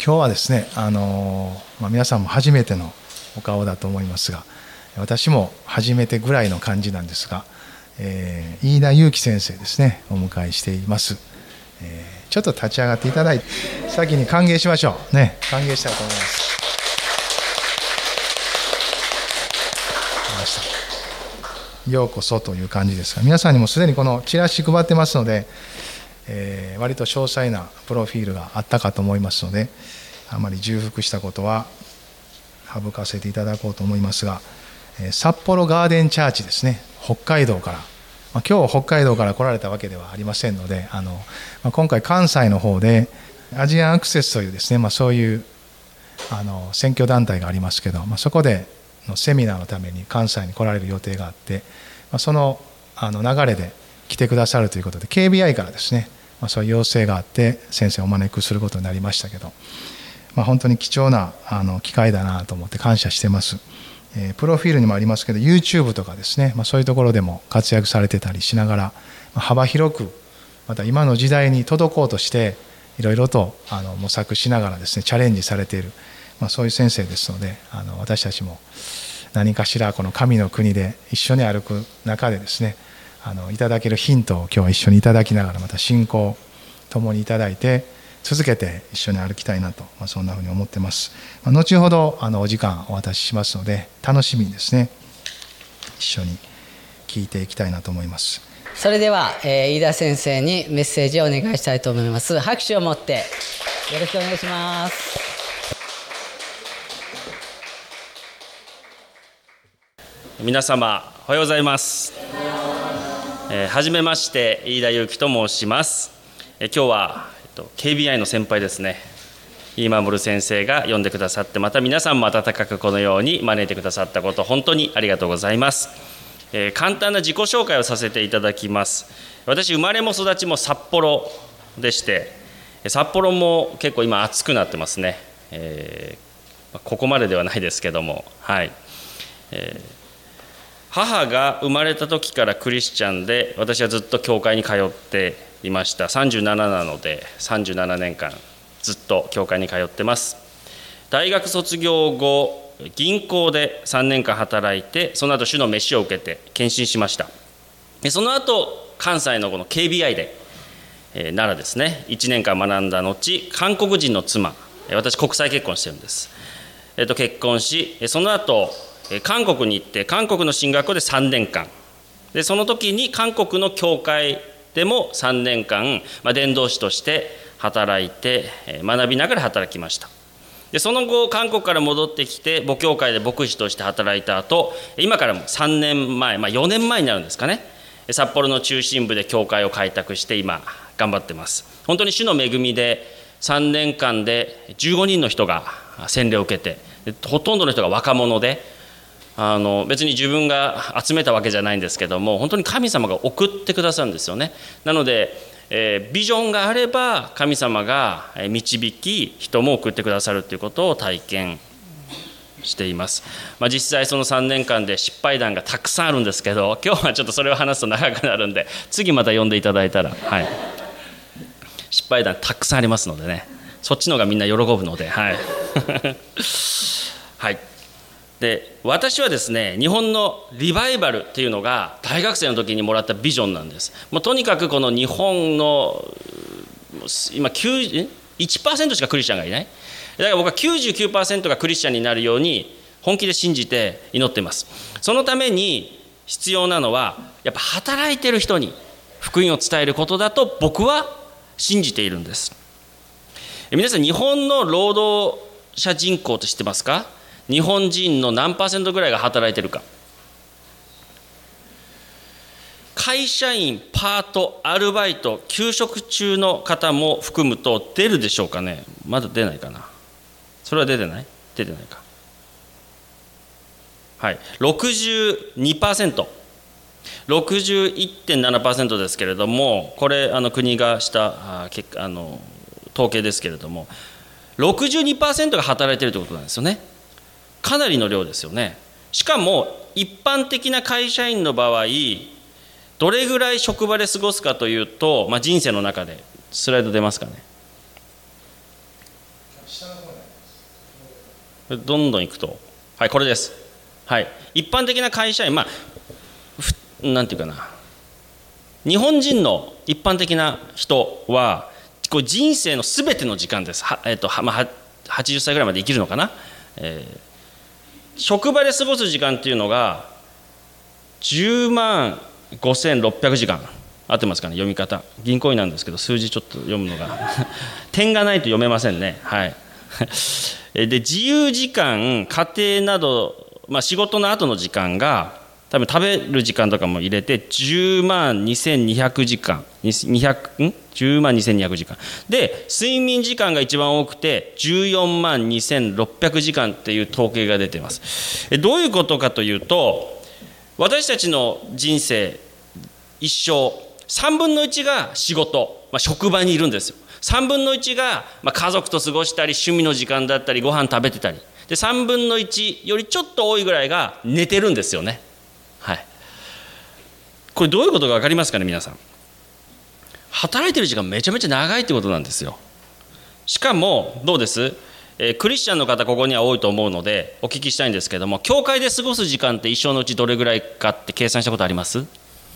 今日はですね、皆さんも初めてのお顔だと思いますが、私も初めてぐらいの感じなんですが、飯田祐樹先生ですね、お迎えしています。ちょっと立ち上がっていただいて、先に歓迎しましょうね。歓迎したいと思います。ようこそという感じですが、皆さんにもすでにこのチラシ配ってますので、割と詳細なプロフィールがあったかと思いますので、あまり重複したことは省かせていただこうと思いますが、札幌ガーデンチャーチですね、北海道から、今日北海道から来られたわけではありませんので、今回関西の方でアジアンアクセスというですね、そういう選挙団体がありますけど、そこでのセミナーのために関西に来られる予定があって、その流れで来てくださるということで KBI からですね、そういう要請があって先生をお招きすることになりましたけど、本当に貴重な機会だなと思って感謝してます。プロフィールにもありますけど YouTube とかですね、そういうところでも活躍されてたりしながら、幅広くまた今の時代に届こうとしていろいろと模索しながらですねチャレンジされている、そういう先生ですので、私たちも何かしらこの神の国で一緒に歩く中でですね、いただけるヒントを今日は一緒にいただきながら、また信仰を共にいただいて続けて一緒に歩きたいなと、そんなふうに思ってます。後ほどお時間お渡ししますので、楽しみにですね一緒に聞いていきたいなと思います。 それでは、飯田先生にメッセージをお願いしたいと思います。拍手を持ってよろしくお願いします。 皆様おはようございます。はじめまして、飯田祐樹と申します。今日は、KBI の先輩ですね、飯守先生が呼んでくださって、また皆さんも温かくこのように招いてくださったこと、本当にありがとうございます。簡単な自己紹介をさせていただきます。私、生まれも育ちも札幌でして、札幌も結構今暑くなってますね。ここまでではないですけども、はい。母が生まれた時からクリスチャンで、私はずっと教会に通っていました。37なので37年間ずっと教会に通ってます。大学卒業後、銀行で3年間働いて、その後主の召しを受けて献身しました。その後関西のこの KBI で、奈良ですね、1年間学んだ後、韓国人の妻、私国際結婚してるんです、結婚し、その後韓国に行って、韓国の進学校で3年間で、その時に韓国の教会でも3年間、伝道師として働いて、学びながら働きました。でその後韓国から戻ってきて、母教会で牧師として働いた後、今からも3年前、4年前になるんですかね、札幌の中心部で教会を開拓して今頑張ってます。本当に主の恵みで3年間で15人の人が洗礼を受けて、ほとんどの人が若者で、別に自分が集めたわけじゃないんですけども、本当に神様が送ってくださるんですよね。なので、ビジョンがあれば神様が導き、人も送ってくださるということを体験しています。実際その3年間で失敗談がたくさんあるんですけど、今日はちょっとそれを話すと長くなるんで、次また呼んでいただいたら、はい、失敗談たくさんありますのでね、そっちの方がみんな喜ぶので、はいはい。で私はですね、日本のリバイバルっていうのが大学生の時にもらったビジョンなんです。もうとにかくこの日本の今 1% しかクリスチャンがいない。だから僕は 99% がクリスチャンになるように本気で信じて祈っています。そのために必要なのはやっぱ働いている人に福音を伝えることだと僕は信じているんです。皆さん、日本の労働者人口って知ってますか？日本人の何%ぐらいが働いてるか。会社員、パート、アルバイト、休職中の方も含むと出るでしょうかね。まだ出ないかな。それは出てない？出てないか。はい、62%、61.7% ですけれども、これ国がした統計ですけれども、62% が働いているということなんですよね。かなりの量ですよね。しかも一般的な会社員の場合、どれぐらい職場で過ごすかというと、人生の中でスライド出ますかね。 どんどんいくと、はい、これです。はい、一般的な会社員、なんていうかな、日本人の一般的な人はこう人生のすべての時間です。80歳ぐらいまで生きるのかな、職場で過ごす時間っていうのが10万5600時間、合ってますかね、読み方。銀行員なんですけど数字ちょっと読むのが点がないと読めませんね。はいで自由時間、家庭など、仕事の後の時間が多分食べる時間とかも入れて10万2200時間、10万2200時間で、睡眠時間が一番多くて14万2600時間っていう統計が出ています。どういうことかというと、私たちの人生一生3分の1が仕事、職場にいるんですよ。3分の1が家族と過ごしたり趣味の時間だったりご飯食べてたりで、3分の1よりちょっと多いぐらいが寝てるんですよね。はい、これどういうことか分かりますかね皆さん。働いてる時間めちゃめちゃ長いってことなんですよ。しかもどうです、クリスチャンの方ここには多いと思うのでお聞きしたいんですけども、教会で過ごす時間って一生のうちどれぐらいかって計算したことあります？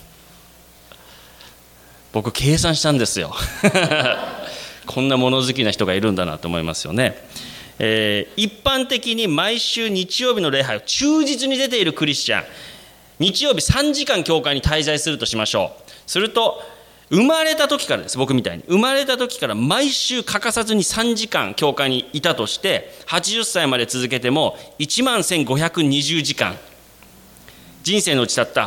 僕計算したんですよこんな物好きな人がいるんだなと思いますよね。一般的に毎週日曜日の礼拝を忠実に出ているクリスチャン、日曜日3時間教会に滞在するとしましょう。すると生まれた時からです。僕みたいに生まれた時から毎週欠かさずに3時間教会にいたとして80歳まで続けても1万1520時間、人生のうちたった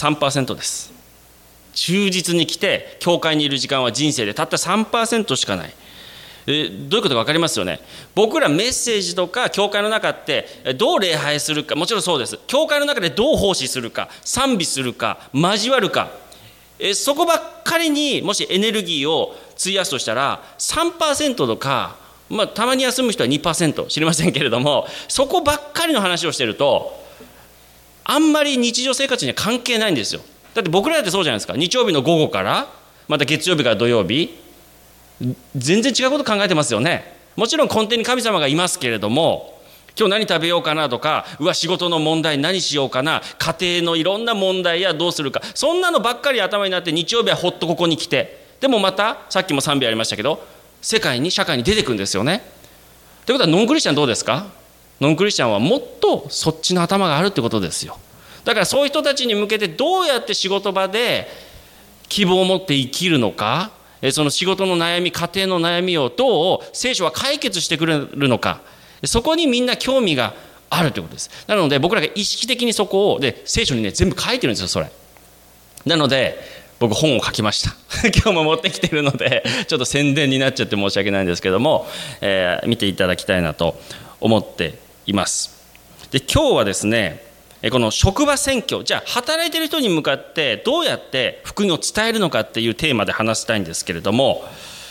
3% です。忠実に来て教会にいる時間は人生でたった 3% しかない。どういうことか分かりますよね。僕らメッセージとか教会の中ってどう礼拝するか、もちろんそうです。教会の中でどう奉仕するか、賛美するか、交わるか、そこばっかりにもしエネルギーを費やすとしたら 3% とか、たまに休む人は 2% 知りませんけれども、そこばっかりの話をしてるとあんまり日常生活には関係ないんですよ。だって僕らだってそうじゃないですか。日曜日の午後からまた月曜日から土曜日、全然違うこと考えてますよね。もちろん根底に神様がいますけれども、今日何食べようかなとか、仕事の問題何しようかな、家庭のいろんな問題やどうするか、そんなのばっかり頭になって日曜日はほっとここに来て、でもまたさっきも賛美ありましたけど社会に出てくんですよね。ということはノンクリスチャンどうですか？ノンクリスチャンはもっとそっちの頭があるってことですよ。だからそういう人たちに向けてどうやって仕事場で希望を持って生きるのか、その仕事の悩み、家庭の悩みをどう聖書は解決してくれるのか、そこにみんな興味があるということです。なので僕らが意識的にそこを聖書に全部書いてるんですよ、それ。なので僕本を書きました今日も持ってきてるのでちょっと宣伝になっちゃって申し訳ないんですけども、見ていただきたいなと思っています。で今日はですね、この職場選挙、じゃあ働いてる人に向かってどうやって福音を伝えるのかっていうテーマで話したいんですけれども、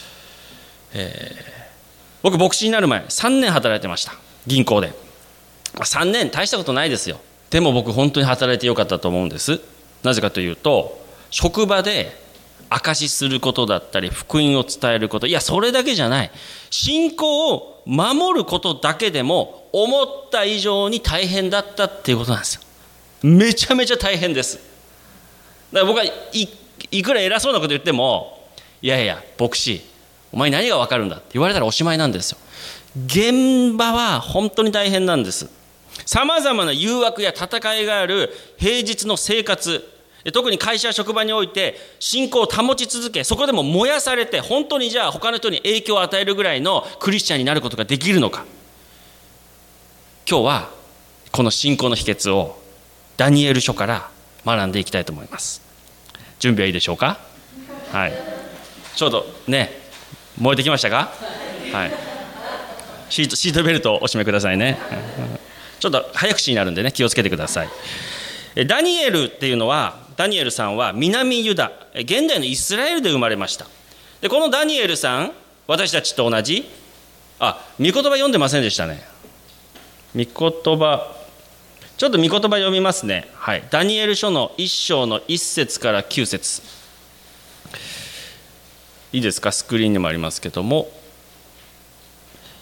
僕牧師になる前3年働いてました、銀行で。3年大したことないですよ。でも僕本当に働いてよかったと思うんです。なぜかというと、職場で証しすることだったり福音を伝えること、いやそれだけじゃない、信仰を守ることだけでも思った以上に大変だったっていうことなんですよ。めちゃめちゃ大変です。だから僕はいくら偉そうなこと言っても、いやいや牧師お前何が分かるんだって言われたらおしまいなんですよ。現場は本当に大変なんです。さまざまな誘惑や戦いがある平日の生活、特に会社や職場において信仰を保ち続け、そこでも燃やされて本当にじゃあ他の人に影響を与えるぐらいのクリスチャンになることができるのか。今日はこの信仰の秘訣をダニエル書から学んでいきたいと思います。準備はいいでしょうか？はい、ちょうどね燃えてきましたか？はい、シートベルトをお締めくださいねちょっと早口になるんでね気をつけてください。ダニエルっていうのは、ダニエルさんは南ユダ、現代のイスラエルで生まれました。でこのダニエルさん、私たちと同じ、御言葉読んでませんでしたね。御言葉、ちょっと御言葉読みますね。はい、ダニエル書の1章の1節から9節、いいですか？スクリーンにもありますけども、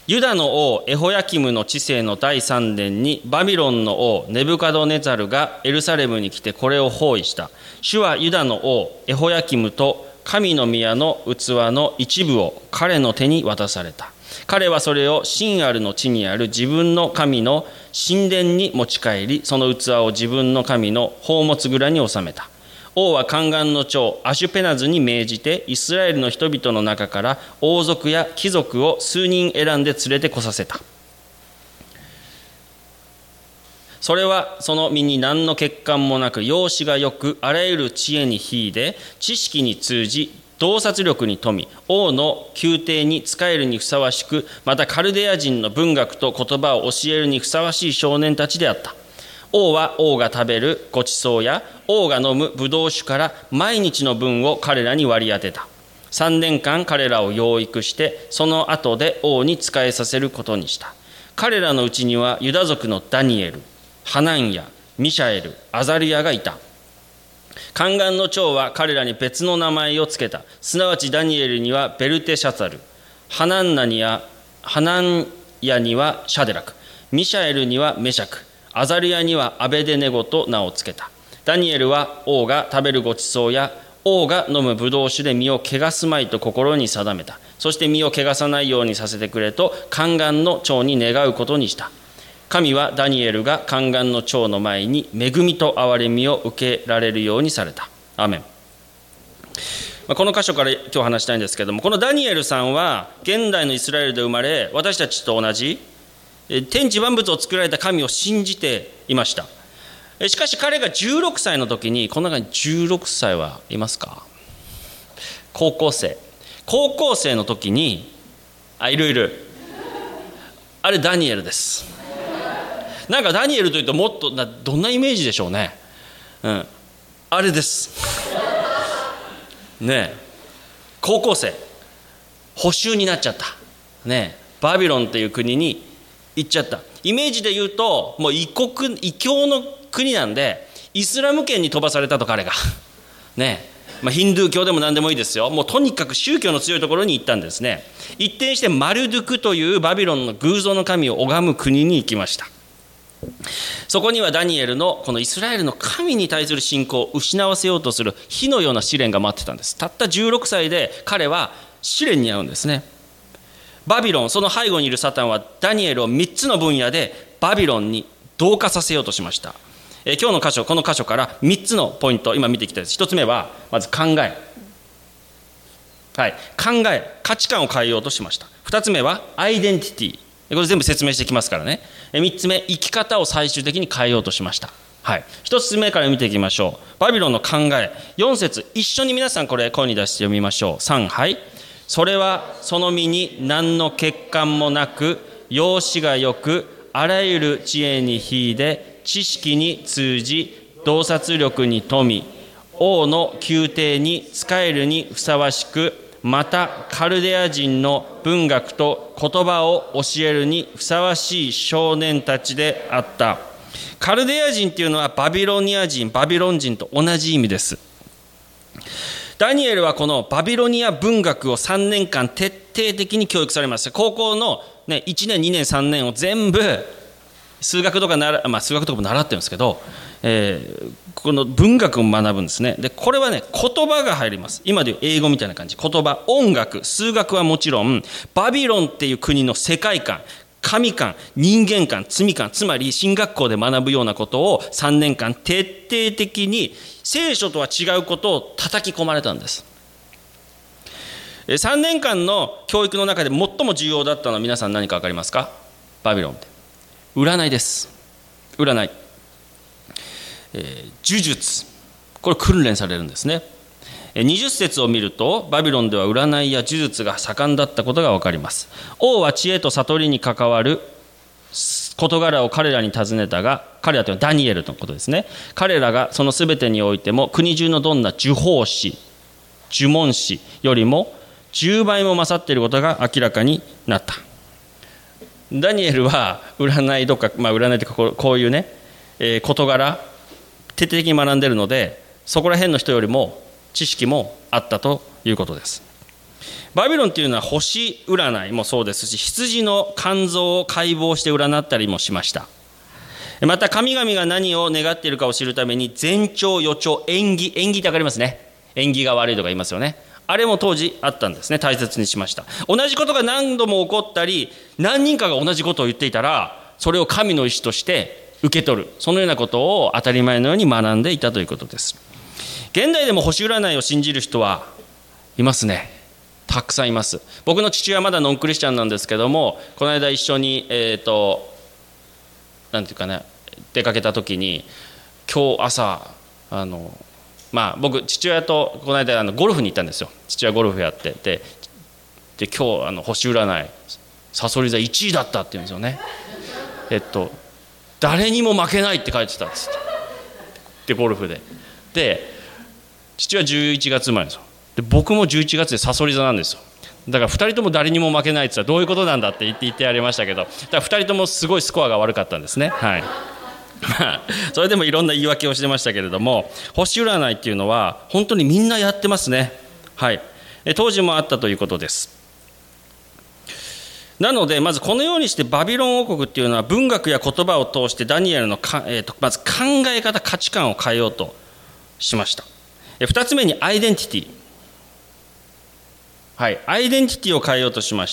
ユダの王エホヤキムの治世の第3年にバビロンの王ネブカドネザルがエルサレムに来てこれを包囲した。主はユダの王エホヤキムと神の宮の器の一部を彼の手に渡された。彼はそれをシンアルの地にある自分の神の神殿に持ち帰り、その器を自分の神の宝物蔵に収めた。王は宦官の長アシュペナズに命じて、イスラエルの人々の中から王族や貴族を数人選んで連れてこさせた。それはその身に何の欠陥もなく、容姿がよく、あらゆる知恵に秀で、知識に通じ、洞察力に富み、王の宮廷に仕えるにふさわしく、またカルデア人の文学と言葉を教えるにふさわしい少年たちであった。王は王が食べるごちそうや王が飲むブドウ酒から毎日の分を彼らに割り当てた。3年間彼らを養育して、その後で王に仕えさせることにした。彼らのうちにはユダ族のダニエル、ハナンヤ、ミシャエル、アザリヤがいた。宦官の長は彼らに別の名前をつけた。すなわちダニエルにはベルテシャツァル、ハナンヤにはシャデラク、ミシャエルにはメシャク、アザリヤにはアベデネゴと名をつけた。ダニエルは王が食べるごちそうや王が飲むブドウ酒で身を汚すまいと心に定めた。そして身を汚さないようにさせてくれと宦官の長に願うことにした。神はダニエルが宦官の長の前に恵みと憐れみを受けられるようにされた。アーメン。この箇所から今日話したいんですけども、このダニエルさんは現代のイスラエルで生まれ、私たちと同じ天地万物を作られた神を信じていました。しかし彼が16歳の時に、この中に16歳はいますか？高校生の時に、いるあれダニエルです。なんかダニエルというともっとどんなイメージでしょうね。あれですね。高校生、捕囚になっちゃったね。バビロンっていう国に行っちゃった。イメージで言うと、もう異教の国なんで、イスラム圏に飛ばされたと彼がね。ヒンドゥー教でも何でもいいですよ。もうとにかく宗教の強いところに行ったんですね。一転してマルドゥクというバビロンの偶像の神を拝む国に行きました。そこにはダニエルのこのイスラエルの神に対する信仰を失わせようとする火のような試練が待ってたんです。たった16歳で彼は試練に遭うんですね。バビロン、その背後にいるサタンはダニエルを3つの分野でバビロンに同化させようとしました。今日の箇所、この箇所から3つのポイント、今見ていきたいです。1つ目はまず考え、価値観を変えようとしました。2つ目はアイデンティティ、これ全部説明してきますからね。3つ目、生き方を最終的に変えようとしました。1つ目から見ていきましょう。バビロンの考え、4節、一緒に皆さんこれ声に出して読みましょう。3、それはその身に何の欠陥もなく、容姿がよく、あらゆる知恵に秀で、知識に通じ、洞察力に富み、王の宮廷に仕えるにふさわしく、またカルデア人の文学と言葉を教えるにふさわしい少年たちであった。カルデア人っていうのはバビロニア人、バビロン人と同じ意味です。ダニエルはこのバビロニア文学を3年間徹底的に教育されました。高校の、1年2年3年を全部数学とか数学とかも習ってるんですけど、この文学を学ぶんですね。でこれはね、言葉が入ります。今でいう英語みたいな感じ。言葉、音楽、数学はもちろん、バビロンっていう国の世界観、神観、人間観、罪観、つまり神学校で学ぶようなことを3年間徹底的に聖書とは違うことを叩き込まれたんです。3年間の教育の中で最も重要だったのは皆さん何か分かりますか？バビロンって占いです。占い、呪術、これ訓練されるんですね。20節を見ると、バビロンでは占いや呪術が盛んだったことが分かります。王は知恵と悟りに関わる事柄を彼らに尋ねたが、彼らというのはダニエルのことですね。彼らがその全てにおいても国中のどんな呪法師、呪文師よりも10倍も勝っていることが明らかになった。ダニエルは占いとか、占いとかこういうね、事柄徹底的に学んでいるので、そこら辺の人よりも知識もあったということです。 バビロンっていうのは星占いもそうですし、羊の肝臓を解剖して占ったりもしました。また神々が何を願っているかを知るために前兆予兆、縁起って分かりますね。縁起が悪いとか言いますよね。あれも当時あったんですね。大切にしました。同じことが何度も起こったり、何人かが同じことを言っていたら、それを神の意志として受け取る、そのようなことを当たり前のように学んでいたということです。現代でも星占いを信じる人はいますね。たくさんいます。僕の父親はまだノンクリスチャンなんですけども、この間一緒になんていうかね、出かけた時に、今日朝僕父親とこの間ゴルフに行ったんですよ。父親ゴルフやってで今日星占いさそり座1位だったって言うんですよね。誰にも負けないって書いてたんですで、ゴルフで父親11月生まれですよ。で僕も11月でさそり座なんですよ。だから2人とも誰にも負けないって言ったらどういうことなんだって言ってやりましたけど、だから2人ともすごいスコアが悪かったんですね。はいそれでもいろんな言い訳をしてましたけれども、星占いっていうのは本当にみんなやってますね。はい、当時もあったということです。なのでまずこのようにしてバビロン王国っていうのは文学や言葉を通してダニエルのまず考え方、価値観を変えようとしました。2つ目にアイデンティティ、はい、アイデンティティを変えようとしました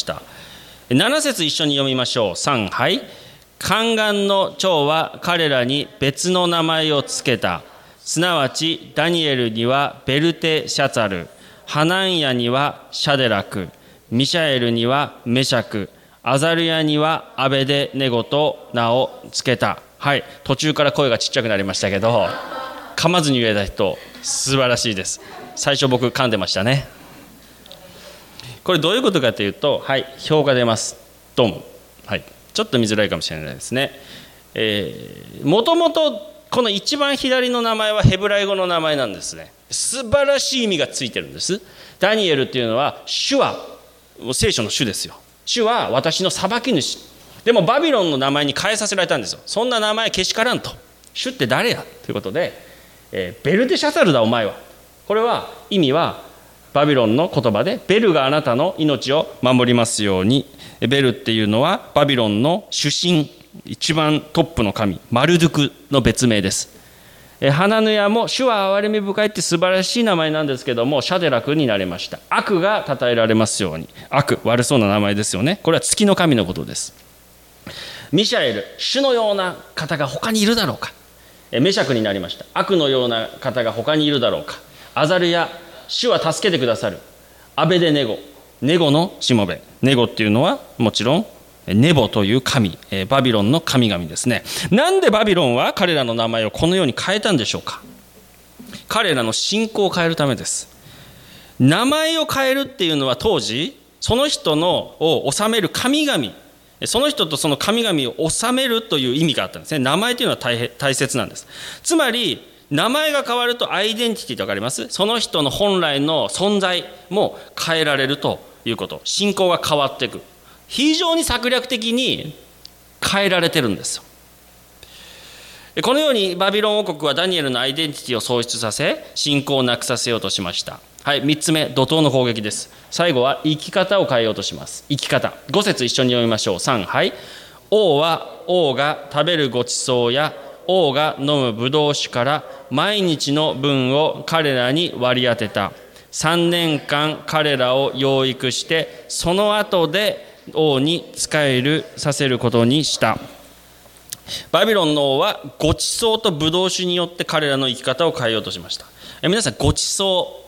。7節一緒に読みましょう。3、はい。宦官の長は彼らに別の名前をつけた。すなわちダニエルにはベルテシャツァル、ハナンヤにはシャデラク、ミシャエルにはメシャク、アザルヤにはアベデネゴと名をつけた。はい、途中から声がちっちゃくなりましたけど、噛まずに言えた人素晴らしいです。最初僕噛んでましたね。これどういうことかというと、はい、表が出ます。ドン。はい、ちょっと見づらいかもしれないですね。もともとこの一番左の名前はヘブライ語の名前なんですね。素晴らしい意味がついてるんです。ダニエルっていうのは、主は聖書の主ですよ。主は私の裁き主。でもバビロンの名前に変えさせられたんですよ。そんな名前けしからんと。主って誰やということで、ベルテシャツァルだお前は。これは意味はバビロンの言葉で、ベルがあなたの命を守りますように。ベルっていうのはバビロンの主神、一番トップの神マルドゥクの別名です。ハナヌヤも主は憐れみ深いって素晴らしい名前なんですけども、シャデラクになれました。悪が称えられますように。悪、悪そうな名前ですよね。これは月の神のことです。ミシャエル、主のような方が他にいるだろうか。メシャクになりました。悪のような方が他にいるだろうか。アザルヤ、主は助けてくださる。アベデネゴ、ネゴのしもべ。ネゴっていうのはもちろんネボという神、バビロンの神々ですね。なんでバビロンは彼らの名前をこのように変えたんでしょうか。彼らの信仰を変えるためです。名前を変えるっていうのは当時その人のを治める神々、その人とその神々を治めるという意味があったんですね。名前というのは大切なんです。つまり名前が変わるとアイデンティティと分かります。その人の本来の存在も変えられるということ。信仰が変わっていく。非常に策略的に変えられてるんですよ。このようにバビロン王国はダニエルのアイデンティティを喪失させ、信仰をなくさせようとしました。はい、3つ目、怒涛の攻撃です。最後は生き方を変えようとします。生き方。5節一緒に読みましょう。3、はい。王は王が食べるごちそうや王が飲むブドウ酒から毎日の分を彼らに割り当てた。3年間彼らを養育して、その後で王に仕えさせることにした。バビロンの王はごちそうとブドウ酒によって彼らの生き方を変えようとしました。皆さんごちそう、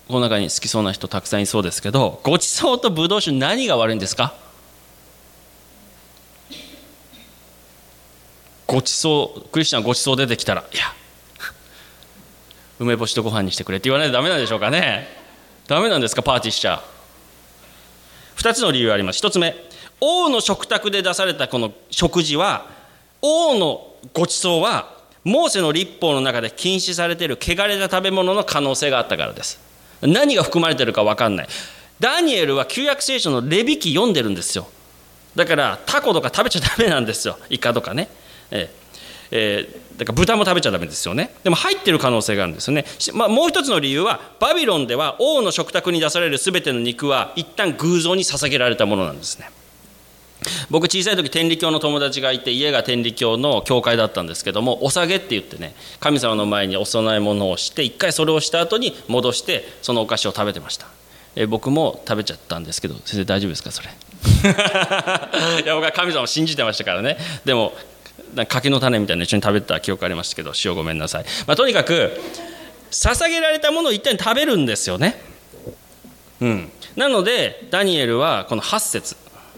この中に好きそうな人たくさんいそうですけど、ごちそうとブドウ酒何が悪いんですか。ごちそう、クリスチャンごちそう出てきたら、いや梅干しとご飯にしてくれって言わないとダメなんでしょうかね。ダメなんですか、パーティーしちゃ。2つの理由があります。1つ目、王の食卓で出されたこの食事は、王のごちそうはモーセの律法の中で禁止されている汚れた食べ物の可能性があったからです。何が含まれているか分かんない。ダニエルは旧約聖書のレビ記読んでるんですよ。だからタコとか食べちゃダメなんですよ。イカとかね。 だから豚も食べちゃダメですよね。でも入ってる可能性があるんですよね。もう一つの理由は、バビロンでは王の食卓に出される全ての肉は一旦偶像に捧げられたものなんですね。僕小さい時天理教の友達がいて、家が天理教の教会だったんですけども、お下げって言ってね、神様の前にお供え物をして、一回それをした後に戻してそのお菓子を食べてました。僕も食べちゃったんですけど、先生大丈夫ですかそれいや僕は神様を信じてましたからね。でも柿の種みたいなの一緒に食べた記憶ありましたけど、塩ごめんなさい。とにかく捧げられたものを一旦食べるんですよね。なのでダニエルはこの8節、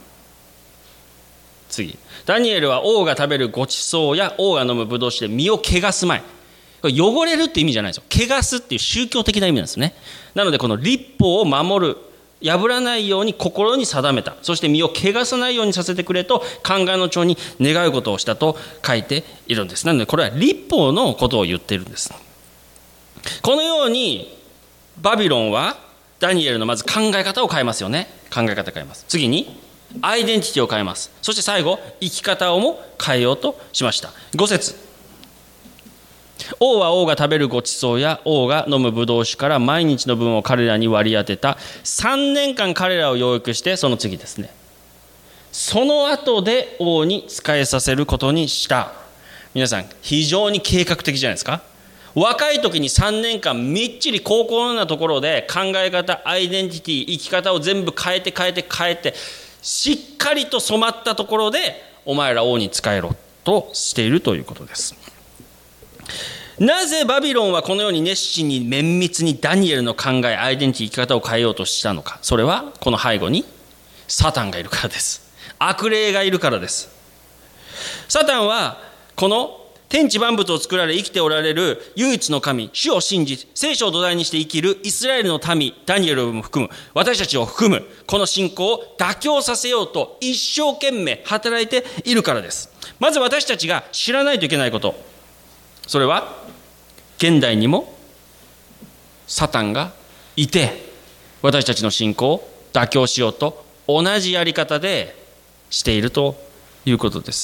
次、ダニエルは王が食べるごちそうや王が飲むブドウ酒で身を汚すまい。これ汚れるって意味じゃないですよ。汚すっていう宗教的な意味なんですね。なのでこの律法を守る、破らないように心に定めた、そして身を汚さないようにさせてくれと宦官の長に願うことをしたと書いているんです。なのでこれは律法のことを言っているんです。このようにバビロンはダニエルのまず考え方を変えますよね。考え方を変えます。次にアイデンティティを変えます。そして最後生き方をも変えようとしました。5節、王は王が食べるごちそうや王が飲むブドウ酒から毎日の分を彼らに割り当てた。3年間彼らを養育して、その次ですね、その後で王に仕えさせることにした。皆さん非常に計画的じゃないですか。若い時に3年間みっちり高校のようなところで考え方、アイデンティティ、生き方を全部変えてしっかりと染まったところでお前ら王に仕えろとしているということです。なぜバビロンはこのように熱心に綿密にダニエルの考え、アイデンティティ、生き方を変えようとしたのか。それはこの背後にサタンがいるからです。悪霊がいるからです。サタンはこの天地万物を作られ生きておられる唯一の神、主を信じ聖書を土台にして生きるイスラエルの民、ダニエルも含む私たちを含むこの信仰を妥協させようと一生懸命働いているからです。まず私たちが知らないといけないこと、それは現代にもサタンがいて、私たちの信仰を妥協しようと同じやり方でしているということです。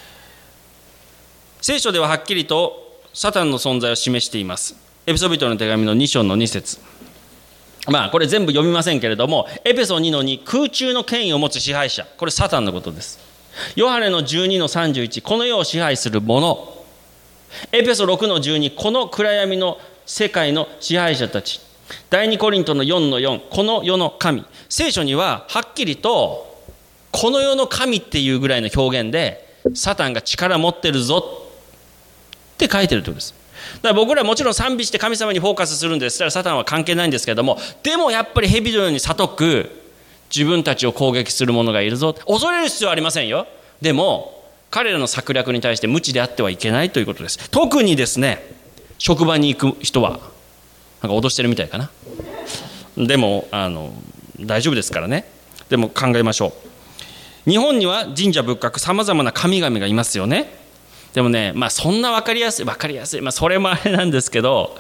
聖書でははっきりとサタンの存在を示しています。エペソビトの手紙の2章の2節、これ全部読みませんけれども、エペソ2の2、空中の権威を持つ支配者、これサタンのことです。ヨハネの12の31、この世を支配する者。エペソ6の12、この暗闇の世界の支配者たち。第2コリントの4の4、この世の神。聖書にははっきりとこの世の神っていうぐらいの表現でサタンが力持ってるぞって書いてるということです。だから僕らもちろん賛美して神様にフォーカスするんですからサタンは関係ないんですけれども、でもやっぱり蛇のように悟く自分たちを攻撃する者がいるぞ。恐れる必要はありませんよ。でも彼らの策略に対して無知であってはいけないということです。特にですね、職場に行く人はなんか脅してるみたいかな。でも大丈夫ですからね。でも考えましょう。日本には神社仏閣さまざまな神々がいますよね。でもね、そんな分かりやすい、それもあれなんですけど、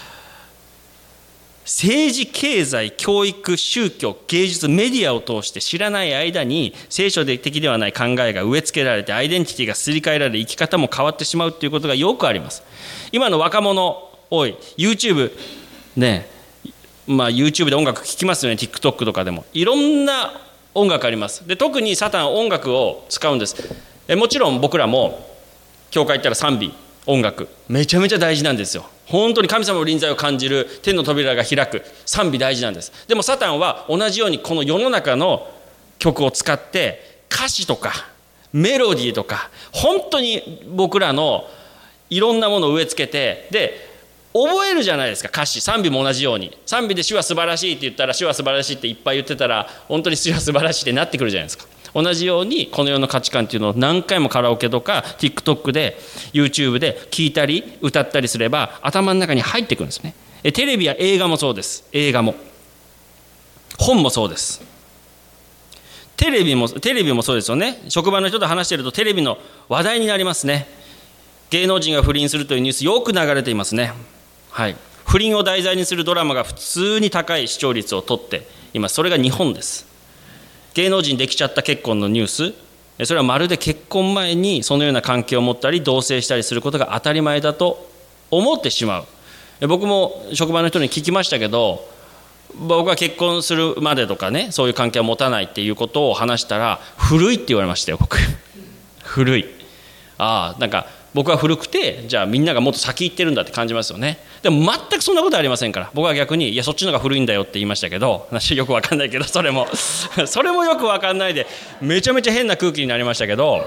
政治、経済、教育、宗教、芸術、メディアを通して知らない間に聖書的ではない考えが植え付けられて、アイデンティティがすり替えられ、生き方も変わってしまうということがよくあります。今の若者多い YouTube ね、YouTube で音楽聴きますよね。 TikTok とかでもいろんな音楽あります。で特にサタンは音楽を使うんです。もちろん僕らも教会行ったら賛美、音楽めちゃめちゃ大事なんですよ。本当に神様の臨在を感じる、天の扉が開く賛美大事なんです。でもサタンは同じようにこの世の中の曲を使って歌詞とかメロディーとか本当に僕らのいろんなものを植え付けて、で覚えるじゃないですか。歌詞、賛美も同じように、賛美で主は素晴らしいって言ったら主は素晴らしいっていっぱい言ってたら本当に主は素晴らしいってなってくるじゃないですか。同じようにこの世の価値観っていうのを何回もカラオケとか TikTok で YouTube で聴いたり歌ったりすれば頭の中に入ってくるんですね。テレビや映画もそうです。映画も本もそうです。テレビもそうですよね。職場の人と話しているとテレビの話題になりますね。芸能人が不倫するというニュースよく流れていますね。はい、不倫を題材にするドラマが普通に高い視聴率を取っています。それが日本です。芸能人できちゃった結婚のニュースそれはまるで結婚前にそのような関係を持ったり同棲したりすることが当たり前だと思ってしまう。僕も職場の人に聞きましたけど、僕は結婚するまでとかね、そういう関係を持たないっていうことを話したら、古いって言われましたよ、僕。古い。なんか僕は古くて、じゃあみんながもっと先行ってるんだって感じますよね。でも全くそんなことはありませんから。僕は逆に、いやそっちの方が古いんだよって言いましたけど、よくわかんないけど、それもよくわかんないで、めちゃめちゃ変な空気になりましたけど、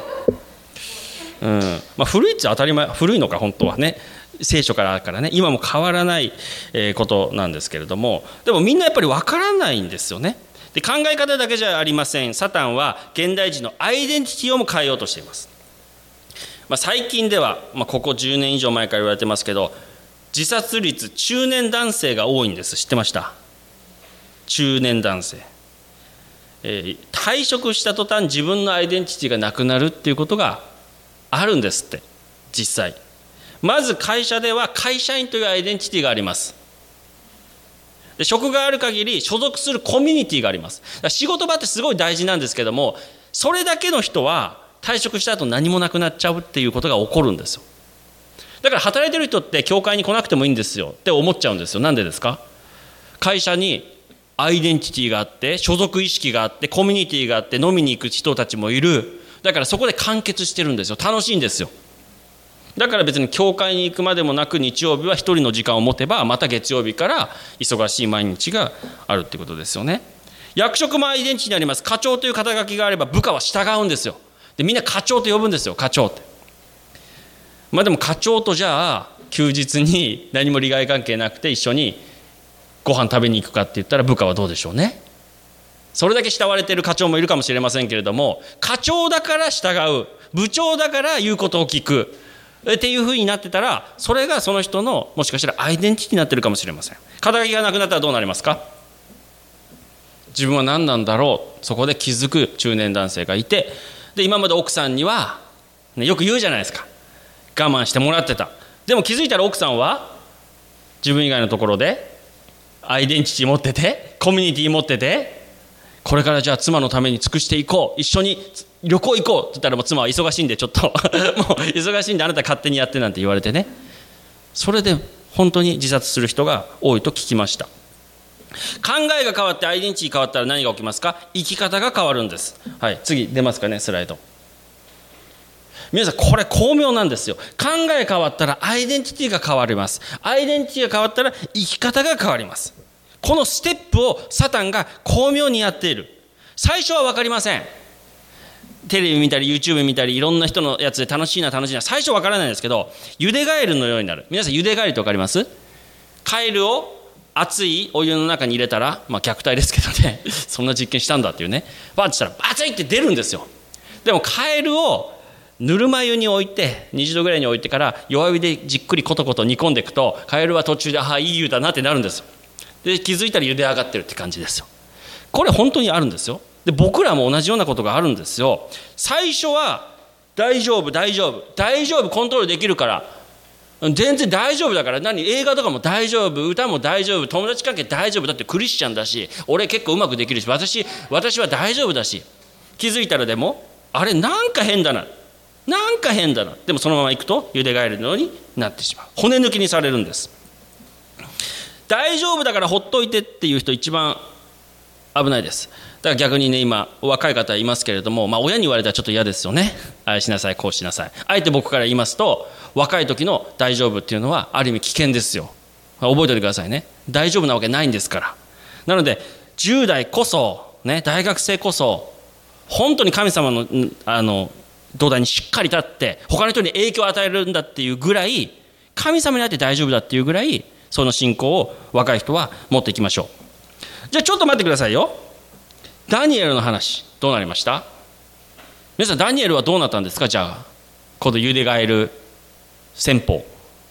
古いって当たり前、古いのか本当はね、聖書からね、今も変わらないことなんですけれども、でもみんなやっぱりわからないんですよね。で、考え方だけじゃありません。サタンは現代人のアイデンティティをも変えようとしています。最近では、ここ10年以上前から言われてますけど、自殺率中年男性が多いんです。知ってました？中年男性、退職した途端自分のアイデンティティがなくなるっていうことがあるんですって。実際まず会社では会社員というアイデンティティがあります。で、職がある限り所属するコミュニティがあります。だから仕事場ってすごい大事なんですけども、それだけの人は退職した後何もなくなっちゃうっていうことが起こるんですよ。だから働いてる人って教会に来なくてもいいんですよって思っちゃうんですよ。なんでですか？会社にアイデンティティがあって、所属意識があって、コミュニティがあって、飲みに行く人たちもいる。だからそこで完結してるんですよ。楽しいんですよ。だから別に教会に行くまでもなく、日曜日は一人の時間を持てば、また月曜日から忙しい毎日があるってことですよね。役職もアイデンティティになります。課長という肩書きがあれば部下は従うんですよ。で、みんな課長と呼ぶんですよ。課長って。でも課長とじゃあ休日に何も利害関係なくて一緒にご飯食べに行くかって言ったら、部下はどうでしょうね。それだけ慕われている課長もいるかもしれませんけれども、課長だから従う、部長だから言うことを聞くっていうふうになってたら、それがその人のもしかしたらアイデンティティになってるかもしれません。肩書きがなくなったらどうなりますか？自分は何なんだろう、そこで気づく中年男性がいて、で今まで奥さんには、よく言うじゃないですか、我慢してもらってた。でも気づいたら奥さんは自分以外のところでアイデンティティ持ってて、コミュニティ持ってて、これからじゃあ妻のために尽くしていこう、一緒に旅行行こうって言ったら、もう妻は忙しいんでちょっともう忙しいんであなた勝手にやってなんて言われてね、それで本当に自殺する人が多いと聞きました。考えが変わってアイデンティティ変わったら何が起きますか？生き方が変わるんです。はい、次出ますかね、スライド。皆さんこれ巧妙なんですよ。考え変わったらアイデンティティが変わります。アイデンティティが変わったら生き方が変わります。このステップをサタンが巧妙にやっている。最初は分かりません。テレビ見たり YouTube 見たりいろんな人のやつで楽しいな最初分からないんですけど、ゆでガエルのようになる。皆さんゆでガエルって分かります？カエルを熱いお湯の中に入れたら、虐待ですけどねそんな実験したんだっていうね、バーッとしたら熱いって出るんですよ。でもカエルをぬるま湯に置いて20度ぐらいに置いてから弱火でじっくりコトコト煮込んでいくと、カエルは途中でいい湯だなってなるんですよ。で気づいたら茹で上がってるって感じですよ。これ本当にあるんですよ。で僕らも同じようなことがあるんですよ。最初は大丈夫コントロールできるから、全然大丈夫だから、映画とかも大丈夫、歌も大丈夫、友達関係大丈夫だって、クリスチャンだし、俺結構うまくできるし、私は大丈夫だし、気づいたらでもあれなんか変だな、でもそのまま行くとゆでガエルのようになってしまう。骨抜きにされるんです。大丈夫だからほっといてっていう人一番危ないです。だから逆にね、今若い方いますけれども、親に言われたらちょっと嫌ですよね。あれしなさいこうしなさい。あえて僕から言いますと、若い時の大丈夫っていうのはある意味危険ですよ。覚えておいてくださいね。大丈夫なわけないんですから。なので10代こそね、大学生こそ本当に神様の土台にしっかり立って他の人に影響を与えるんだっていうぐらい、神様にあって大丈夫だっていうぐらい、その信仰を若い人は持っていきましょう。じゃあちょっと待ってくださいよ。ダニエルの話どうなりました？皆さんダニエルはどうなったんですか？じゃあこのゆでガエル戦法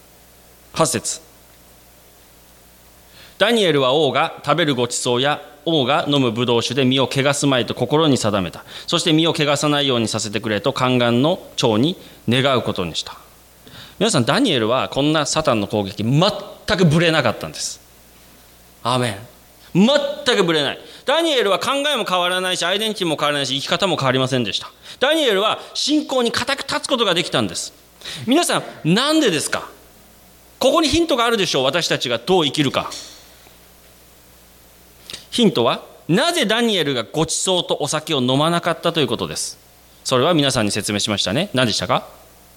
8節。ダニエルは王が食べるごちそうや王が飲むブドウ酒で身を汚すまいと心に定めた。そして身を汚さないようにさせてくれと宦官の長に願うことにした。皆さんダニエルはこんなサタンの攻撃全くぶれなかったんです。アーメン。全くぶれない。 ダニエルは考えも変わらないし、アイデンティティも変わらないし、生き方も変わりませんでした。ダニエルは信仰に固く立つことができたんです。皆さん、なんでですか？ここにヒントがあるでしょう。私たちがどう生きるか。ヒントは、なぜダニエルがごちそうとお酒を飲まなかったということです。それは皆さんに説明しましたね。何でしたか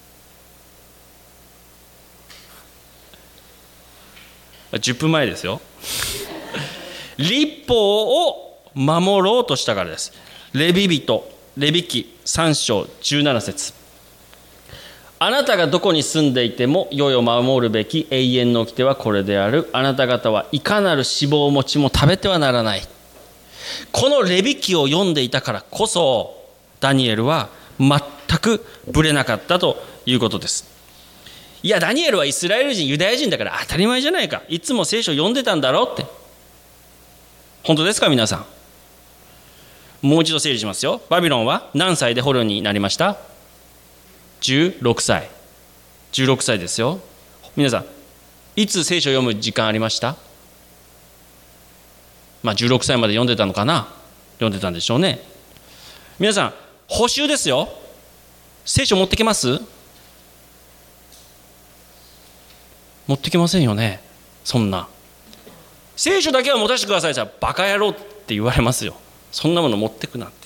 ？10分前ですよ。律法を守ろうとしたからです。レビ記3章17節。あなたがどこに住んでいても世を守るべき永遠の掟はこれである。あなた方はいかなる脂肪餅も食べてはならない。このレビ記を読んでいたからこそ、ダニエルは全くぶれなかったということです。いや、ダニエルはイスラエル人、ユダヤ人だから当たり前じゃないか。いつも聖書を読んでたんだろうって。本当ですか、皆さん。もう一度整理しますよ。バビロンは何歳で捕虜になりました？ 16 歳。16歳ですよ。皆さん、いつ聖書を読む時間ありました？16歳まで読んでたのかな？読んでたんでしょうね。皆さん、補習ですよ。聖書持ってきます？持ってきませんよね。そんな聖書だけは持たせてください。じゃあバカ野郎って言われますよ。そんなもの持ってくなんて。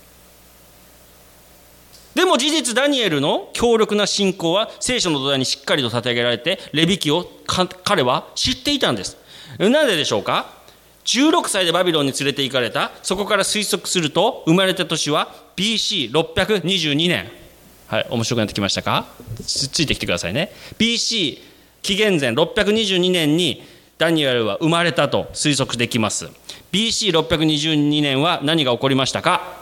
でも事実、ダニエルの強力な信仰は聖書の土台にしっかりと立て上げられて、レビ記を彼は知っていたんです。なぜでしょうか？16歳でバビロンに連れて行かれた。そこから推測すると生まれた年は BC622 年。はい、面白くなってきましたか？ついてきてくださいね。 BC 紀元前622年にダニエルは生まれたと推測できます。 BC622 年は何が起こりましたか？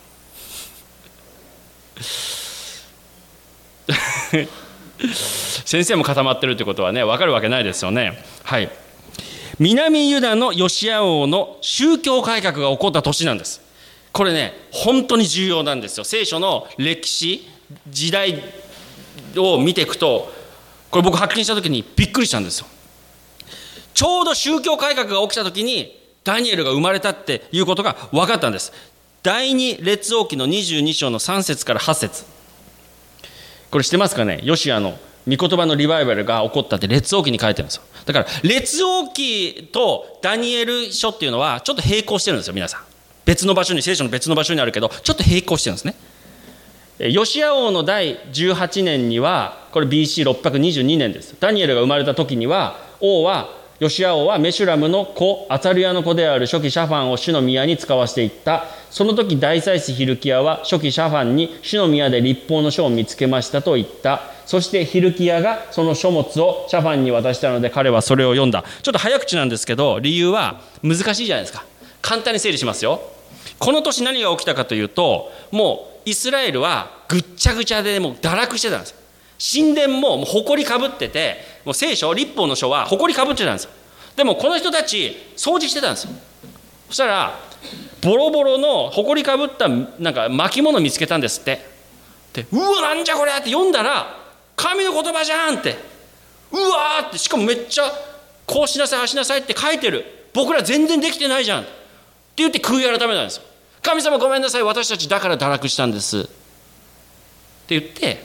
先生も固まってるということはね、分かるわけないですよね。はい、南ユダのヨシア王の宗教改革が起こった年なんです。これね、本当に重要なんですよ。聖書の歴史、時代を見ていくと、これ僕発見した時にびっくりしたんですよ。ちょうど宗教改革が起きた時にダニエルが生まれたっていうことが分かったんです。第二列王記の22章の3節から8節。これ知ってますかね？ヨシアの御言葉のリバイバルが起こったって列王記に書いてるんですよ。だから列王記とダニエル書っていうのはちょっと並行してるんですよ。皆さん、別の場所に、聖書の別の場所にあるけどちょっと並行してるんですね。ヨシア王の第18年には、これ BC622 年です。ダニエルが生まれた時には、ヨシア王はメシュラムの子、アタリアの子である初期シャファンを主の宮に使わしていった。その時大祭司ヒルキヤは初期シャファンに主の宮で律法の書を見つけましたと言った。そしてヒルキヤがその書物をシャファンに渡したので、彼はそれを読んだ。ちょっと早口なんですけど、理由は難しいじゃないですか。簡単に整理しますよ。この年何が起きたかというと、もうイスラエルはぐっちゃぐちゃでもう堕落してたんです。神殿ももう埃かぶってて、もう聖書、律法の書は埃かぶってたんですよ。でもこの人たち掃除してたんですよ。そしたらボロボロの埃かぶったなんか巻物見つけたんですって。で、うわ、なんじゃこれって読んだら、神の言葉じゃんって、うわーって、しかもめっちゃこうしなさいああしなさいって書いてる。僕ら全然できてないじゃんって言って悔い改めたんですよ。神様ごめんなさい、私たちだから堕落したんですって言って、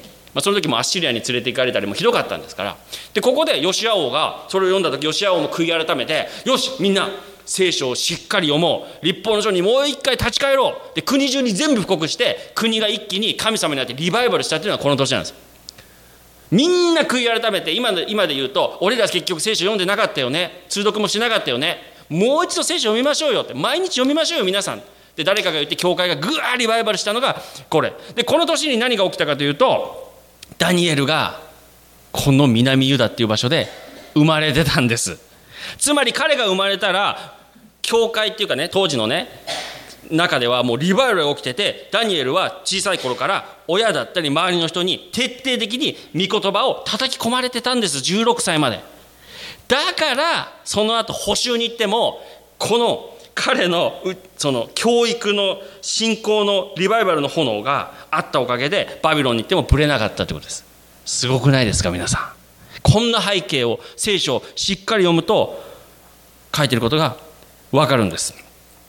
その時もアッシリアに連れて行かれたりもひどかったんですから。で、ここでヨシア王がそれを読んだ時、ヨシア王も悔い改めて、よしみんな聖書をしっかり読もう、律法の書にもう一回立ち返ろう。で、国中に全部布告して、国が一気に神様になってリバイバルしたっていうのはこの年なんです。みんな悔い改めて、今で言うと、俺ら結局聖書読んでなかったよね、通読もしなかったよね、もう一度聖書読みましょうよって、毎日読みましょうよ皆さんで、誰かが言って教会がぐわーリバイバルしたのがこれで、この年に何が起きたかというと、ダニエルがこの南ユダっていう場所で生まれてたんです。つまり彼が生まれたら、教会っていうかね、当時のね中ではもうリバイバルが起きてて、ダニエルは小さい頃から親だったり周りの人に徹底的に御言葉を叩き込まれてたんです。16歳まで。だからその後補習に行っても、この彼のその教育の信仰のリバイバルの炎があったおかげで、バビロンに行ってもぶれなかったということです。すごくないですか皆さん。こんな背景を聖書をしっかり読むと書いてることが分かるんです。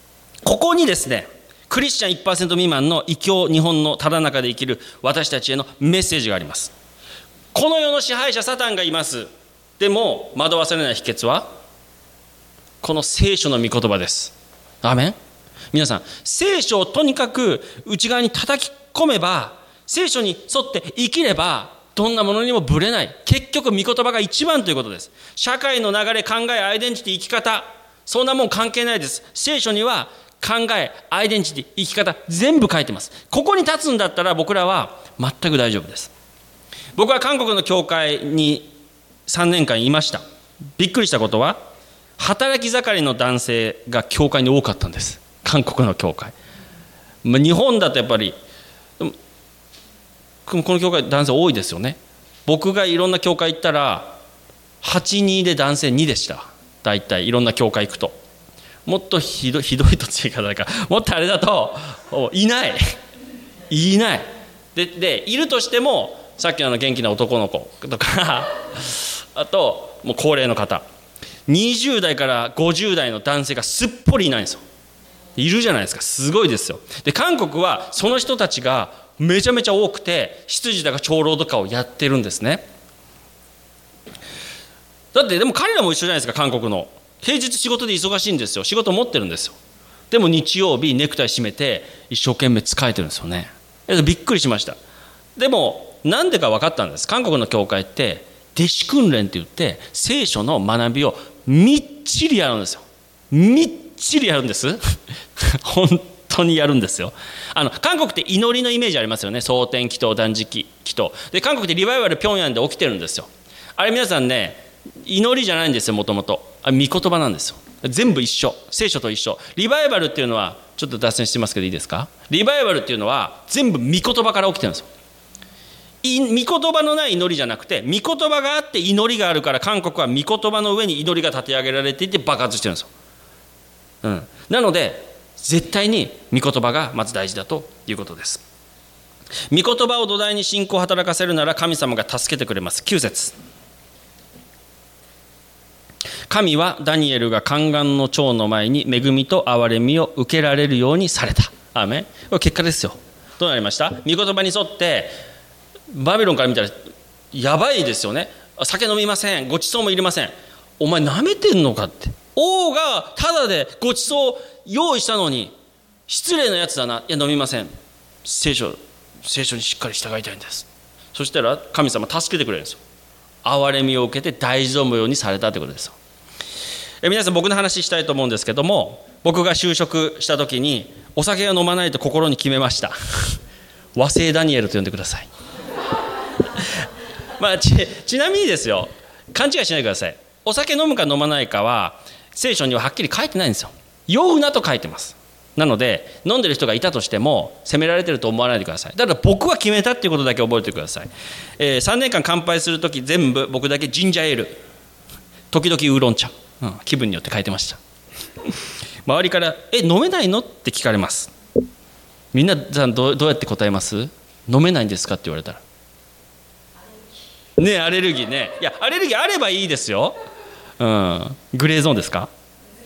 ここにですね、クリスチャン 1% 未満の異教日本のただ中で生きる私たちへのメッセージがあります。この世の支配者サタンがいます。でも惑わされない秘訣はこの聖書の御言葉です。アーメン。皆さん、聖書をとにかく内側に叩き込めば、聖書に沿って生きればどんなものにもぶれない。結局御言葉が一番ということです。社会の流れ、考え、アイデンティティ、生き方、そんなもん関係ないです。聖書には考え、アイデンティティ、生き方全部書いてます。ここに立つんだったら僕らは全く大丈夫です。僕は韓国の教会に3年間いました。びっくりしたことは、働き盛りの男性が教会に多かったんです。韓国の教会。日本だとやっぱりこの教会男性多いですよね。僕がいろんな教会行ったら8-2で男性2でした。大体いろんな教会行くと。もっとひどいと言い方だから、もっとあれだといないでいるとしても、さっきの元気な男の子とかあともう高齢の方、20代から50代の男性がすっぽりいないんですよ。いるじゃないですか。すごいですよ。で韓国はその人たちがめちゃめちゃ多くて、執事だか長老とかをやってるんですね。だってでも彼らも一緒じゃないですか。韓国の平日仕事で忙しいんですよ。仕事持ってるんですよ。でも日曜日ネクタイ締めて一生懸命使えてるんですよね。びっくりしました。でもなんでか分かったんです。韓国の教会って弟子訓練って言って聖書の学びをみっちりやるんですよ。みっちりやるんです本当にやるんですよ。韓国って祈りのイメージありますよね。蒼天祈祷、断食祈祷で、韓国ってリバイバル平壌で起きてるんですよ。あれ皆さんね、祈りじゃないんですよ。もともと御言葉なんですよ。全部一緒、聖書と一緒。リバイバルっていうのはちょっと脱線してますけどいいですか。リバイバルっていうのは全部御言葉から起きてるんですよ。御言葉のない祈りじゃなくて、御言葉があって祈りがあるから、韓国は御言葉の上に祈りが立て上げられていて爆発してるんですよ。なので絶対に御言葉がまず大事だということです。御言葉を土台に信仰を働かせるなら神様が助けてくれます。9節、神はダニエルが宦官の長の前に恵みと憐れみを受けられるようにされた。アーメン。これ結果ですよ。どうなりました。御言葉に沿ってバビロンから見たらやばいですよね。酒飲みません、ごちそうも入れません。お前なめてんのかって。王がただでごちそう用意したのに失礼なやつだな。いや飲みません。聖書にしっかり従いたいんです。そしたら神様助けてくれるんですよ。憐れみを受けて大丈夫ようにされたということですよ。皆さん、僕の話したいと思うんですけども、僕が就職した時にお酒を飲まないと心に決めました和製ダニエルと呼んでくださいちなみにですよ、勘違いしないでください。お酒飲むか飲まないかは聖書にははっきり書いてないんですよ。酔うなと書いてます。なので飲んでる人がいたとしても責められてると思わないでください。だから僕は決めたっていうことだけ覚えてください。3年間乾杯するとき全部僕だけジンジャーエール、時々ウーロン茶、気分によって変えてました周りから飲めないのって聞かれます。みんなどうやって答えます？飲めないんですかって言われたらね、アレルギーね。いやアレルギーあればいいですよ。グレーゾーンですか？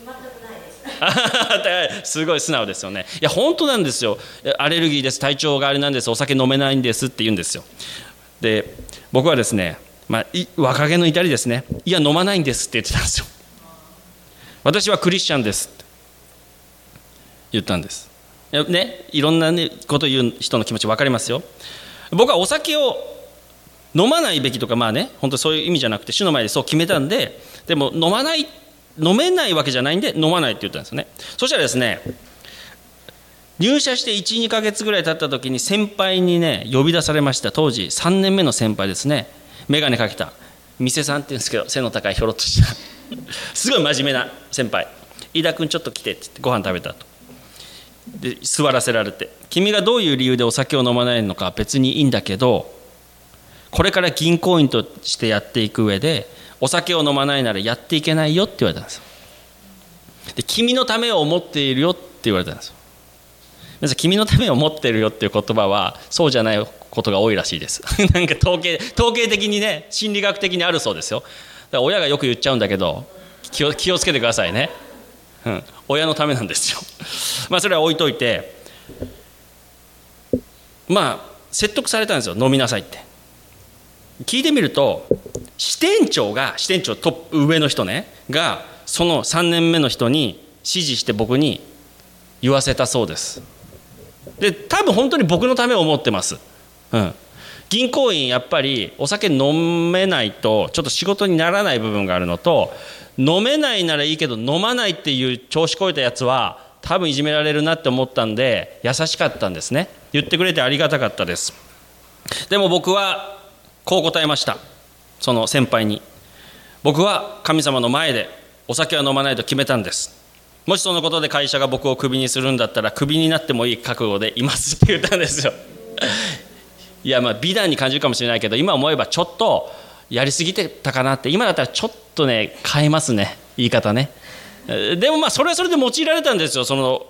すごい素直ですよね。いや本当なんですよ。アレルギーです、体調があれなんです、お酒飲めないんですって言うんですよ。で僕はですね、若気の至りですね、いや飲まないんですって言ってたんですよ。私はクリスチャンですって言ったんですね。いろんな、ことを言う人の気持ち分かりますよ。僕はお酒を飲まないべきとか本当そういう意味じゃなくて、主の前でそう決めたんで、でも飲めないわけじゃないんで飲まないって言ったんですよね。そしたらですね、入社して 1,2 ヶ月ぐらい経った時に先輩にね呼び出されました。当時3年目の先輩ですね。眼鏡かけた店さんって言うんですけど、背の高いひょろっとしたすごい真面目な先輩。飯田君ちょっと来てって言ってご飯食べたと。で座らせられて、君がどういう理由でお酒を飲まないのか別にいいんだけど、これから銀行員としてやっていく上でお酒を飲まないならやっていけないよって言われたんですよ。で君のためを思っているよって言われたんですよ。皆さん、君のためを思っているよっていう言葉はそうじゃないことが多いらしいですなんか統計的にね、心理学的にあるそうですよ。だから親がよく言っちゃうんだけど気をつけてくださいね。 親のためなんですよそれは置いといて、説得されたんですよ。飲みなさいって聞いてみると、支店長トップ上の人ねがその3年目の人に指示して僕に言わせたそうです。で多分本当に僕のためを思ってます。銀行員やっぱりお酒飲めないとちょっと仕事にならない部分があるのと、飲めないならいいけど飲まないっていう調子こいたやつは多分いじめられるなって思ったんで、優しかったんですね。言ってくれてありがたかったです。でも僕はこう答えました。その先輩に、僕は神様の前でお酒は飲まないと決めたんです。もしそのことで会社が僕をクビにするんだったらクビになってもいい覚悟でいますって言ったんですよいや美談に感じるかもしれないけど、今思えばちょっとやりすぎてたかなって。今だったらちょっとね変えますね、言い方ね。でもそれはそれで用いられたんですよ。その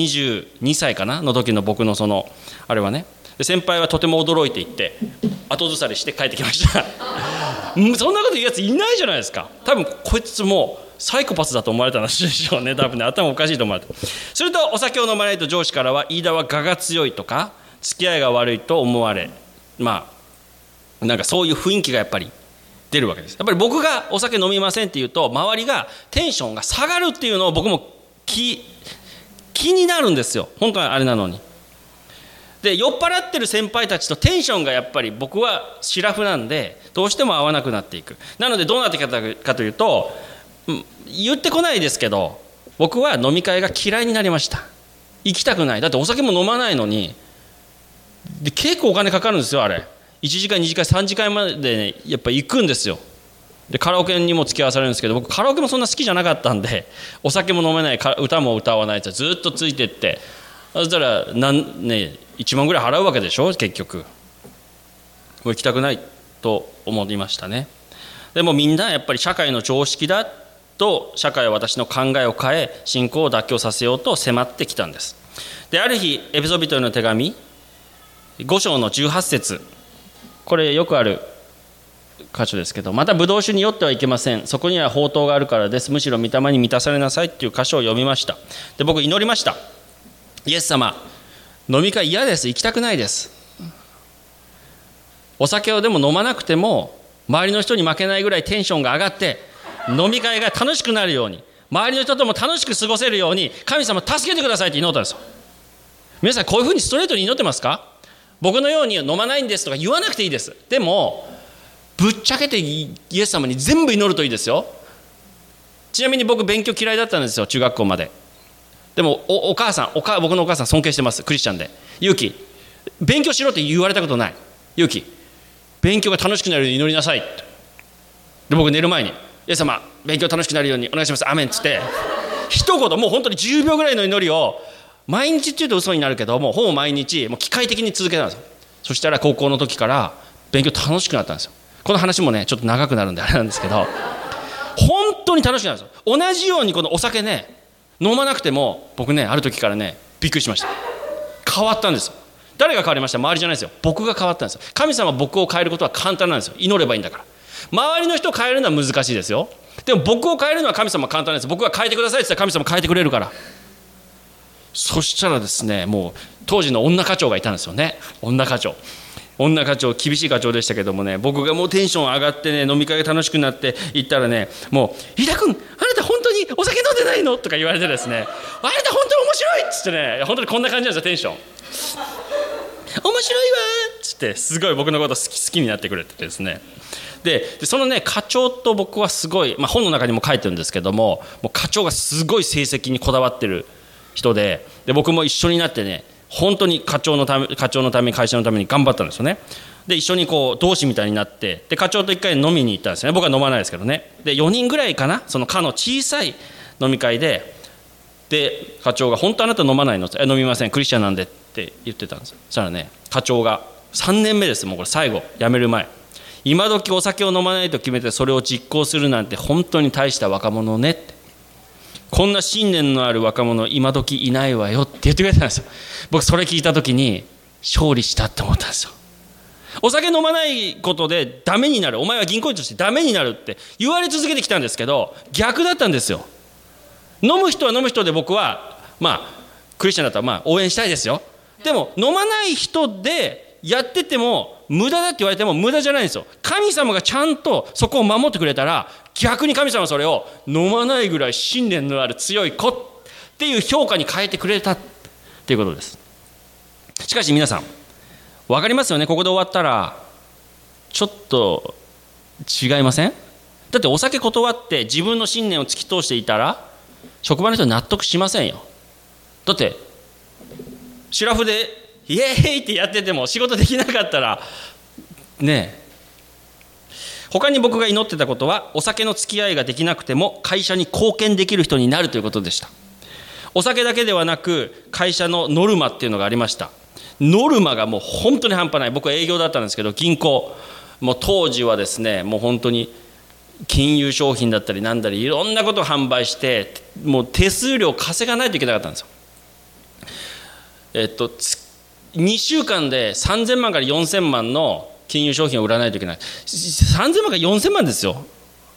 22歳かなの時の僕のあれはね。で先輩はとても驚いていって後ずさりして帰ってきましたそんなこと言うやついないじゃないですか。多分こいつもうサイコパスだと思われたんでしょうね。多分ね、頭おかしいと思われた。するとお酒を飲まないと上司からは、飯田は我が強いとか付き合いが悪いと思われ、なんかそういう雰囲気がやっぱり出るわけです。やっぱり僕がお酒飲みませんっていうと周りがテンションが下がるっていうのを僕も気になるんですよ。本当はあれなのに。で酔っ払ってる先輩たちとテンションがやっぱり僕はシラフなんでどうしても合わなくなっていく。なのでどうなってきたかというと、言ってこないですけど僕は飲み会が嫌いになりました。行きたくない。だってお酒も飲まないのに。で結構お金かかるんですよ。あれ1時間2時間3時間まで、ね、やっぱ行くんですよ。でカラオケにも付き合わされるんですけど、僕カラオケもそんな好きじゃなかったんで、お酒も飲めない、歌も歌わないってずっとついてって、そしたら1万ぐらい払うわけでしょ結局。もう行きたくないと思いましたね。でもみんなやっぱり社会の常識だと、社会は私の考えを変え信仰を妥協させようと迫ってきたんです。である日エペソビトへの手紙5章の18節、これよくある箇所ですけど、またブドウ酒に酔ってはいけません。そこには宝刀があるからです。むしろ御霊に満たされなさいっていう箇所を読みました。で僕祈りました。イエス様、飲み会嫌です。行きたくないです。お酒をでも飲まなくても周りの人に負けないぐらいテンションが上がって飲み会が楽しくなるように、周りの人とも楽しく過ごせるように神様助けてくださいって祈ったんですよ。皆さんこういうふうにストレートに祈ってますか？僕のように飲まないんですとか言わなくていいです。でもぶっちゃけてイエス様に全部祈るといいですよ。ちなみに僕勉強嫌いだったんですよ、中学校まで。でも僕のお母さん尊敬してます。クリスチャンで。勇気勉強しろって言われたことない。勇気勉強が楽しくなるように祈りなさい。で僕寝る前にイエス様勉強楽しくなるようにお願いします、アメンっつって一言もう本当に10秒ぐらいの祈りを毎日って言うと嘘になるけどもほぼ毎日もう機械的に続けたんですよ。そしたら高校の時から勉強楽しくなったんですよ。この話もねちょっと長くなるんであれなんですけど本当に楽しくなるんですよ。同じようにこのお酒ね飲まなくても僕ねある時からねびっくりしました。変わったんですよ。誰が変わりました？周りじゃないですよ。僕が変わったんですよ。神様は僕を変えることは簡単なんですよ。祈ればいいんだから。周りの人を変えるのは難しいですよ。でも僕を変えるのは神様は簡単なんです。僕が変えてくださいって言ったら神様変えてくれるから。そしたらですね、もう当時の女課長がいたんですよね。女課長厳しい課長でしたけどもね、僕がもうテンション上がってね飲み会が楽しくなって行ったらね、もう飯田君あなた本当にお酒飲んでないのとか言われてですね、あなた本当に面白いっつってね、本当にこんな感じなんですよ。テンション面白いわっつってすごい僕のこと好きになってくれてですね。でそのね課長と僕はすごい、本の中にも書いてるんですけども、もう課長がすごい成績にこだわってる人で、僕も一緒になってね本当に課長のために会社のために頑張ったんですよね。で一緒にこう同志みたいになって、で課長と一回飲みに行ったんですよね。僕は飲まないですけどね。で4人ぐらいかな、その課の小さい飲み会で課長が本当あなた飲まないの？飲みません、クリスチャンなんでって言ってたんですよ。そしたらね課長が3年目です。もうこれ最後辞める前、今時お酒を飲まないと決めてそれを実行するなんて本当に大した若者ねって、こんな信念のある若者今時いないわよって言ってくれたんですよ。僕それ聞いた時に勝利したって思ったんですよ。お酒飲まないことでダメになる、お前は銀行員としてダメになるって言われ続けてきたんですけど逆だったんですよ。 飲む人は飲む人で僕はクリスチャンだったら応援したいですよ。でも飲まない人でやってても無駄だって言われても無駄じゃないんですよ。神様がちゃんとそこを守ってくれたら、逆に神様はそれを飲まないぐらい信念のある強い子っていう評価に変えてくれたっていうことです。しかし皆さん分かりますよね。ここで終わったらちょっと違いません？だってお酒断って自分の信念を突き通していたら職場の人は納得しませんよ。だってシラフでイエーイってやってても仕事できなかったらねえ。他に僕が祈ってたことは、お酒の付き合いができなくても会社に貢献できる人になるということでした。お酒だけではなく会社のノルマっていうのがありました。ノルマがもう本当に半端ない。僕は営業だったんですけど、銀行もう当時はですね、もう本当に金融商品だったりなんだりいろんなことを販売して、もう手数料稼がないといけなかったんですよ。2週間で3000万から4000万の金融商品を売らないといけない。3000万から4000万ですよ。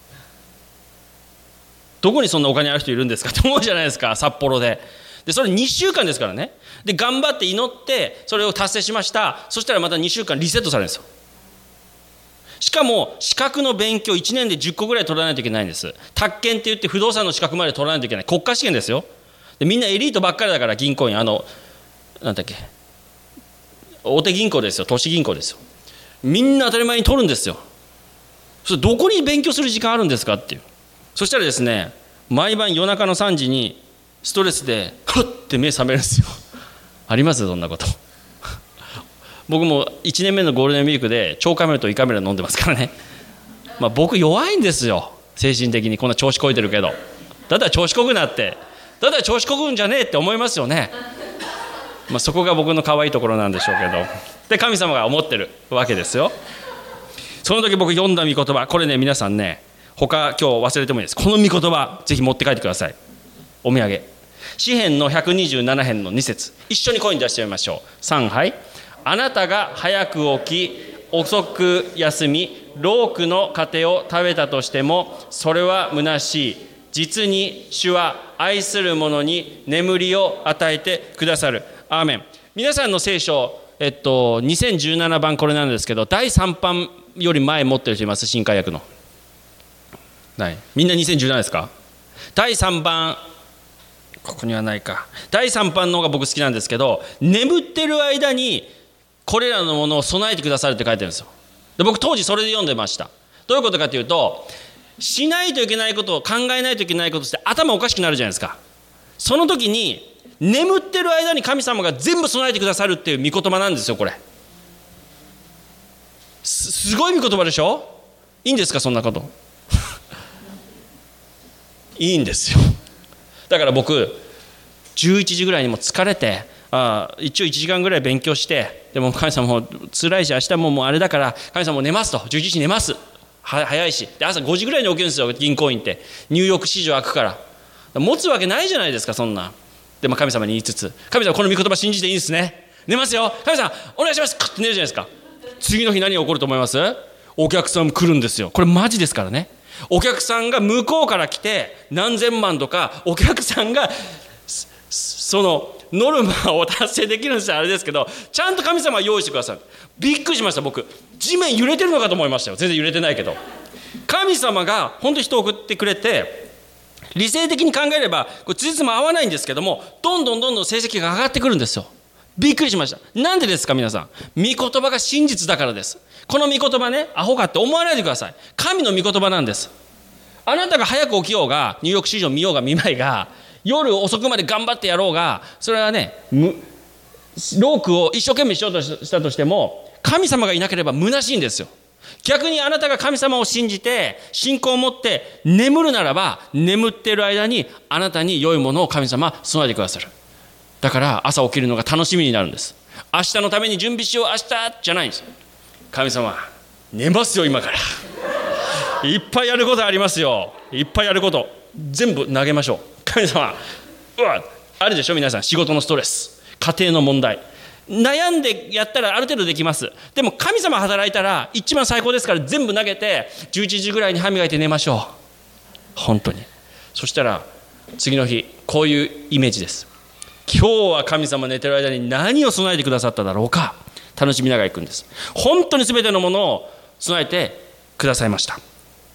どこにそんなお金ある人いるんですかって思うじゃないですか、札幌で。でそれ2週間ですからね。で頑張って祈ってそれを達成しました。そしたらまた2週間リセットされるんですよ。しかも資格の勉強1年で10個ぐらい取らないといけないんです。宅建って言って不動産の資格まで取らないといけない国家試験ですよ。でみんなエリートばっかりだから、銀行員なんだっけ、大手銀行ですよ、都市銀行ですよ。みんな当たり前に取るんですよ。それどこに勉強する時間あるんですかっていう。そしたらですね、毎晩夜中の3時にストレスでふって目覚めるんですよ。ありますそんなこと。僕も1年目のゴールデンウィークで超カメラと胃カメラ飲んでますからね。僕弱いんですよ精神的に。こんな調子こいてるけど、だったら調子こくなって、だったら調子こくんじゃねえって思いますよね。そこが僕の可愛いところなんでしょうけど、で神様が思ってるわけですよ。その時僕読んだ御言葉、これね皆さんね、他今日忘れてもいいです。この御言葉ぜひ持って帰ってください。お土産、詩編の127編の2節、一緒に声に出してみましょう。3、はい。あなたが早く起き遅く休み労苦の糧を食べたとしてもそれは虚しい。実に主は愛する者に眠りを与えてくださる。アーメン。皆さんの聖書、2017番これなんですけど、第3版より前持ってる人います？新海訳の。ない。みんな2017ですか？第3版ここにはないか。第3版の方が僕好きなんですけど、眠ってる間にこれらのものを備えてくださるって書いてるんですよ。で僕当時それで読んでました。どういうことかというと、しないといけないことを考えないといけないことして頭おかしくなるじゃないですか。その時に眠ってる間に神様が全部備えてくださるっていう御言葉なんですよ。これ すごい御言葉でしょ。いいんですかそんなこといいんですよ。だから僕11時ぐらいにも疲れて、一応1時間ぐらい勉強して、でも神様も辛いし明日もうあれだから神様も寝ますと、11時に寝ます、早いし、で朝5時ぐらいに起きるんですよ。銀行員ってニューヨーク市場開くから持つわけないじゃないですかそんな。でも神様に言いつつ、神様この御言葉信じていいんですね、寝ますよ神様お願いします、カッと寝るじゃないですか。次の日何が起こると思います？お客さん来るんですよ。これマジですからね。お客さんが向こうから来て何千万とか、お客さんがそのノルマを達成できるんですよ。あれですけどちゃんと神様は用意してくださる。びっくりしました。僕地面揺れてるのかと思いましたよ。全然揺れてないけど神様が本当に人を送ってくれて、理性的に考えればこれつじつも合わないんですけども、どんどん成績が上がってくるんですよ。びっくりしました。なんでですか皆さん？御言葉が真実だからです。この御言葉ね、アホかって思わないでください。神の御言葉なんです。あなたが早く起きようが、ニューヨーク市場見ようが見まいが、夜遅くまで頑張ってやろうが、それはね、労苦を一生懸命しようとしたとしても神様がいなければ虚しいんですよ。逆にあなたが神様を信じて信仰を持って眠るならば、眠っている間にあなたに良いものを神様は備えてくださる。だから朝起きるのが楽しみになるんです。明日のために準備しよう明日じゃないんです。神様寝ますよ今からいっぱいやることありますよ。いっぱいやること全部投げましょう。神様あるでしょ皆さん、仕事のストレス、家庭の問題、悩んでやったらある程度できます。でも神様働いたら一番最高ですから、全部投げて11時ぐらいに歯磨いて寝ましょう。本当に。そしたら次の日こういうイメージです。今日は神様寝てる間に何を備えてくださっただろうか、楽しみながら行くんです。本当に全てのものを備えてくださいました。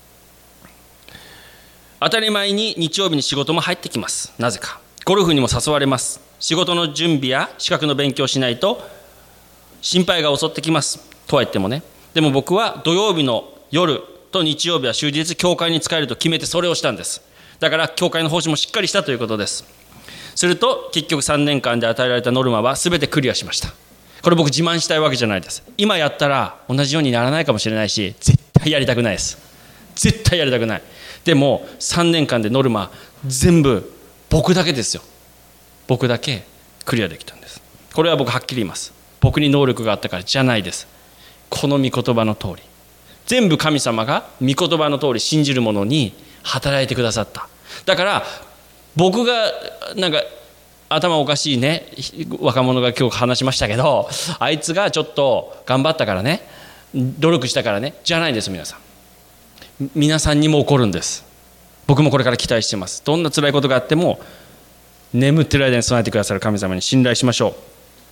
当たり前に日曜日に仕事も入ってきます。なぜかゴルフにも誘われます。仕事の準備や資格の勉強をしないと心配が襲ってきますとは言ってもね。でも僕は土曜日の夜と日曜日は終日教会に仕えると決めてそれをしたんです。だから教会の方針もしっかりしたということです。すると結局3年間で与えられたノルマは全てクリアしました。これ僕自慢したいわけじゃないです。今やったら同じようにならないかもしれないし、絶対やりたくないです。絶対やりたくない。でも3年間でノルマ全部僕だけですよ。僕だけクリアできたんです。これは僕はっきり言います。僕に能力があったからじゃないです。この御言葉の通り、全部神様が御言葉の通り信じる者に働いてくださった。だから僕がなんか頭おかしいね若者が今日話しましたけど、あいつがちょっと頑張ったからね、努力したからねじゃないんです。皆さんにも起こるんです。僕もこれから期待しています。どんな辛いことがあっても眠ってる間に備えてくださる神様に信頼しましょ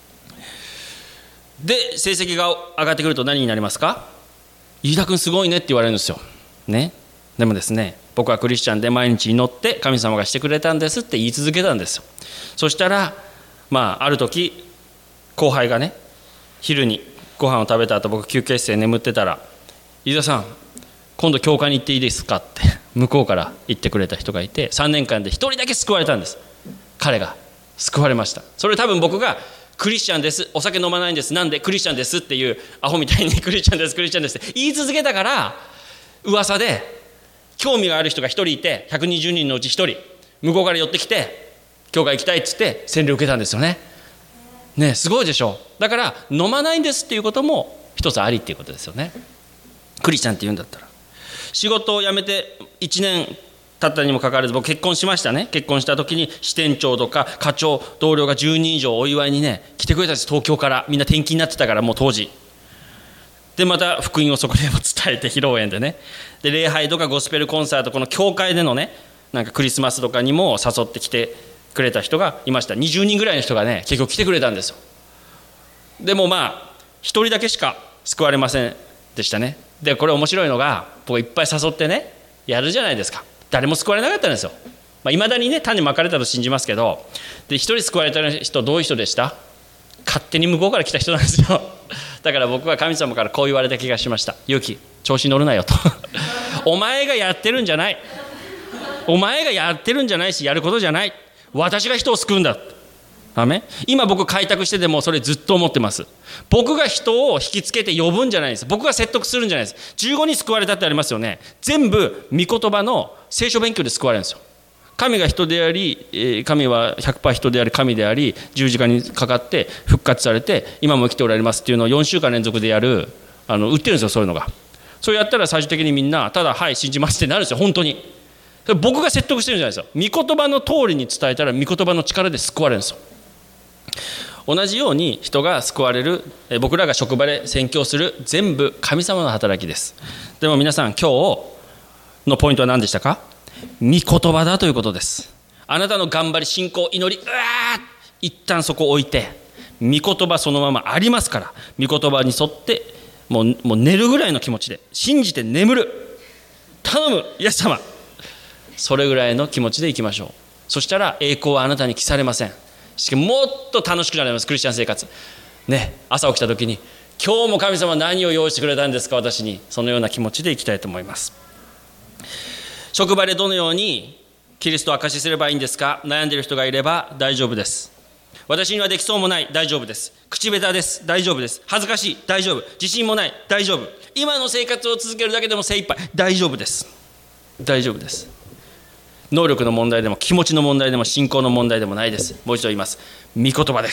う。で成績が上がってくると何になりますか。飯田君すごいねって言われるんですよ、ね。でもですね、僕はクリスチャンで毎日祈って神様がしてくれたんですって言い続けたんですよ。そしたらある時後輩がね、昼にご飯を食べた後僕休憩室で眠ってたら、飯田さん今度教会に行っていいですかって向こうから言ってくれた人がいて、3年間で1人だけ救われたんです。彼が救われました。それ多分僕がクリスチャンです、お酒飲まないんです、なんでクリスチャンですっていうアホみたいにクリスチャンですクリスチャンですって言い続けたから、噂で興味がある人が1人いて120人のうち1人向こうから寄ってきて教会行きたいっつって洗礼を受けたんですよね。ね、すごいでしょ。だから飲まないんですっていうことも一つありっていうことですよね。クリスチャンって言うんだったら。仕事を辞めて1年経ったにもかかわらず僕結婚しましたね。結婚した時に支店長とか課長同僚が10人以上お祝いにね来てくれたんです。東京からみんな転勤になってたから、もう当時でまた福音をそこでも伝えて披露宴でね、で礼拝とかゴスペルコンサート、この教会でのねなんかクリスマスとかにも誘ってきてくれた人がいました。20人ぐらいの人がね結局来てくれたんですよ。でも1人だけしか救われませんでしたね。でこれ面白いのが、僕いっぱい誘ってねやるじゃないですか。誰も救われなかったんですよ。いまだにね種まかれたと信じますけど、で一人救われた人どういう人でした？勝手に向こうから来た人なんですよ。だから僕は神様からこう言われた気がしました。勇気、調子に乗るなよとお前がやってるんじゃない、お前がやってるんじゃないしやることじゃない、私が人を救うんだ。アメン。今僕開拓してでもそれずっと思ってます。僕が人を引きつけて呼ぶんじゃないです。僕が説得するんじゃないです。15人救われたってありますよね。全部御言葉の聖書勉強で救われるんですよ。神が人であり、神は 100% 人であり神であり、十字架にかかって復活されて今も生きておられますっていうのを4週間連続でやる、売ってるんですよ。そういうのが。そうやったら最終的にみんなただはい信じますってなるんですよ。本当に僕が説得してるんじゃないですよ。御言葉の通りに伝えたら御言葉の力で救われるんですよ。同じように人が救われる、僕らが職場で宣教する、全部神様の働きです。でも皆さん今日のポイントは何でしたか？御言葉だということです。あなたの頑張り、信仰、祈り、一旦そこを置いて御言葉そのままありますから、御言葉に沿ってもう寝るぐらいの気持ちで信じて眠る、頼むイエス様、それぐらいの気持ちでいきましょう。そしたら栄光はあなたに来されません。しかももっと楽しくなります。クリスチャン生活ね、朝起きた時に今日も神様何を用意してくれたんですか私に、そのような気持ちでいきたいと思います。職場でどのようにキリストを証しすればいいんですか？悩んでいる人がいれば大丈夫です。私にはできそうもない、大丈夫です。口下手です、大丈夫です。恥ずかしい、大丈夫。自信もない、大丈夫。今の生活を続けるだけでも精一杯、大丈夫です。大丈夫です。能力の問題でも気持ちの問題でも信仰の問題でもないです。もう一度言います。御言葉です。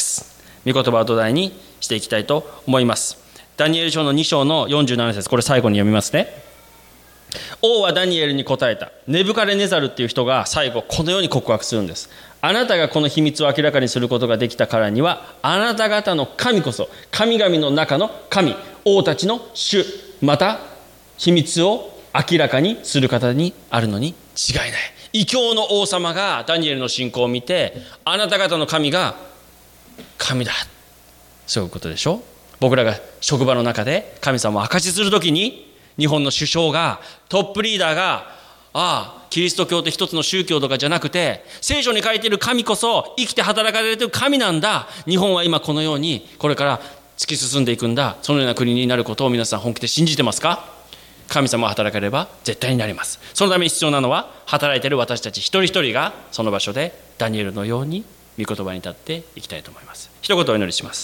御言葉を土台にしていきたいと思います。ダニエル書の2章の47節、これ最後に読みますね。王はダニエルに答えた。ネブカデネザルっていう人が最後このように告白するんです。あなたがこの秘密を明らかにすることができたからには、あなた方の神こそ神々の中の神、王たちの主、また秘密を明らかにする方にあるのに違いない。 異教の王様がダニエルの信仰を見て、あなた方の神が神だ、そういうことでしょ。僕らが職場の中で神様を証しするときに、日本の首相が、トップリーダーが、キリスト教って一つの宗教とかじゃなくて、聖書に書いている神こそ生きて働かれている神なんだ、日本は今このようにこれから突き進んでいくんだ、そのような国になることを皆さん本気で信じてますか？神様が働ければ絶対になります。そのために必要なのは、働いている私たち一人一人がその場所でダニエルのように御言葉に立っていきたいと思います。一言お祈りします。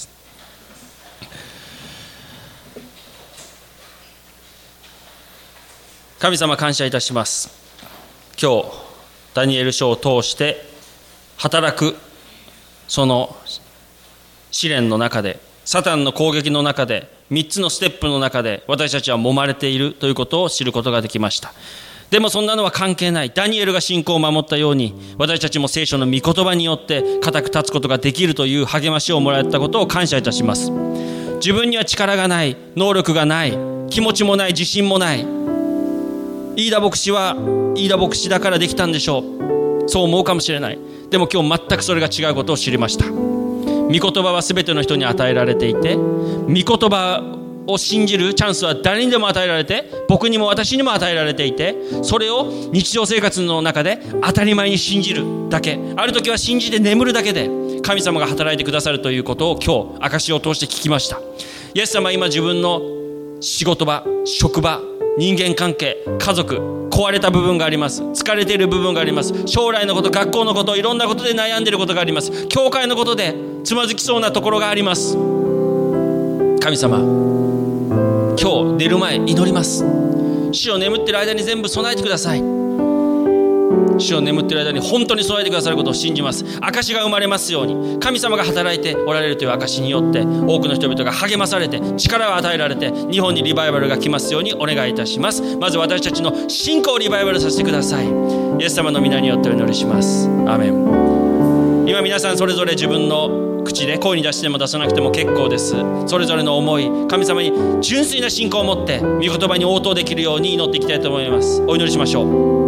神様、感謝いたします。今日ダニエル書を通して働くその試練の中で、サタンの攻撃の中で、3つのステップの中で私たちは揉まれているということを知ることができました。でもそんなのは関係ない。ダニエルが信仰を守ったように、私たちも聖書の御言葉によって固く立つことができるという励ましをもらったことを感謝いたします。自分には力がない、能力がない、気持ちもない、自信もない。飯田牧師は飯田牧師だからできたんでしょう。そう思うかもしれない。でも今日全くそれが違うことを知りました。御言葉は全ての人に与えられていて、御言葉を信じるチャンスは誰にでも与えられて、僕にも私にも与えられていて、それを日常生活の中で当たり前に信じるだけ、ある時は信じて眠るだけで神様が働いてくださるということを今日証しを通して聞きました。イエス様は今自分の仕事場、職場、人間関係、家族、壊れた部分があります。疲れている部分があります。将来のこと、学校のこと、いろんなことで悩んでいることがあります。教会のことでつまずきそうなところがあります。神様、今日寝る前祈ります。主を眠っている間に全部備えてください。主を眠っている間に本当に備えてくださることを信じます。証が生まれますように、神様が働いておられるという証によって多くの人々が励まされて力を与えられて、日本にリバイバルが来ますようにお願いいたします。まず私たちの信仰をリバイバルさせてください。イエス様の皆によってお祈りします。アーメン。今皆さんそれぞれ自分の口で声に出しても出さなくても結構です。それぞれの思い、神様に純粋な信仰を持って御言葉に応答できるように祈っていきたいと思います。お祈りしましょう。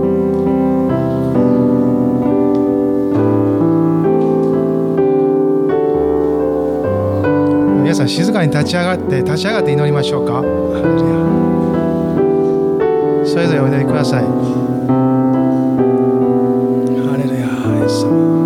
皆さん静かに立ち上がって祈りましょうか。それぞれお祈りください。ハレルヤ、イエス様。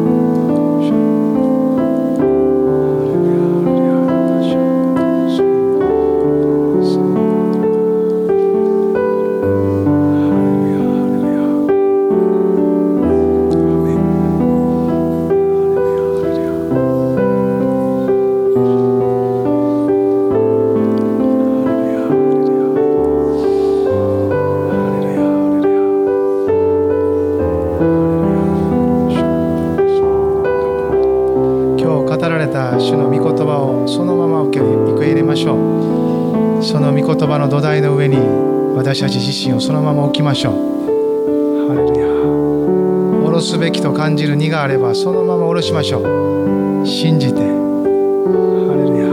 主の御言葉をそのまま受け入れましょう。その御言葉の土台の上に私たち自身をそのまま置きましょう。ハレルヤ。下ろすべきと感じる荷があればそのまま下ろしましょう。信じて、ハレルヤ、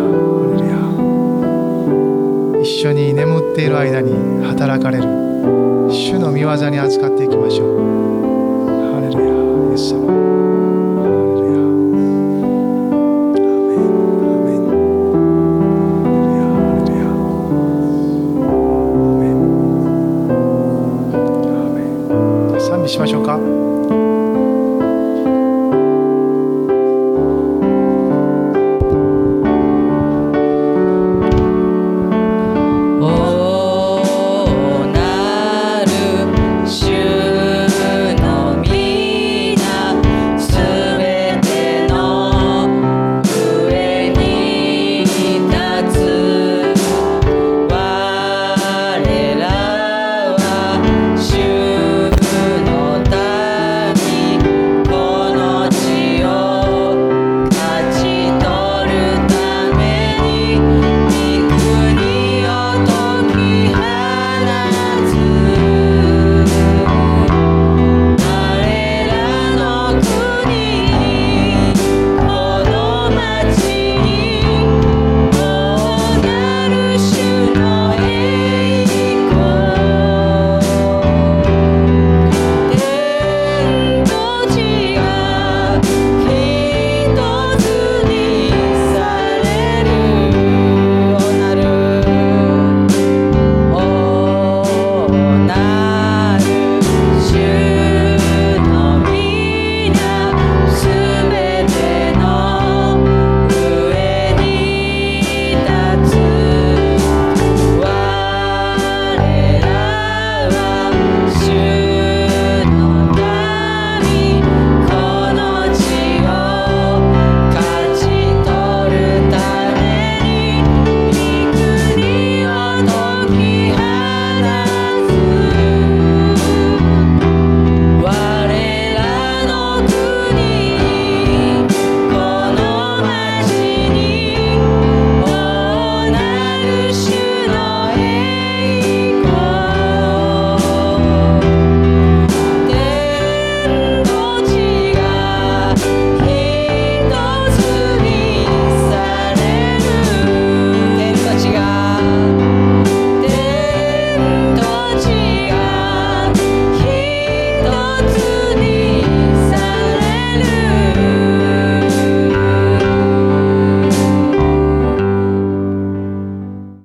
ハレルヤ。一緒に眠っている間に働かれる主の御業に預かっていきましょう。ハレルヤ、イエス様。しましょうか。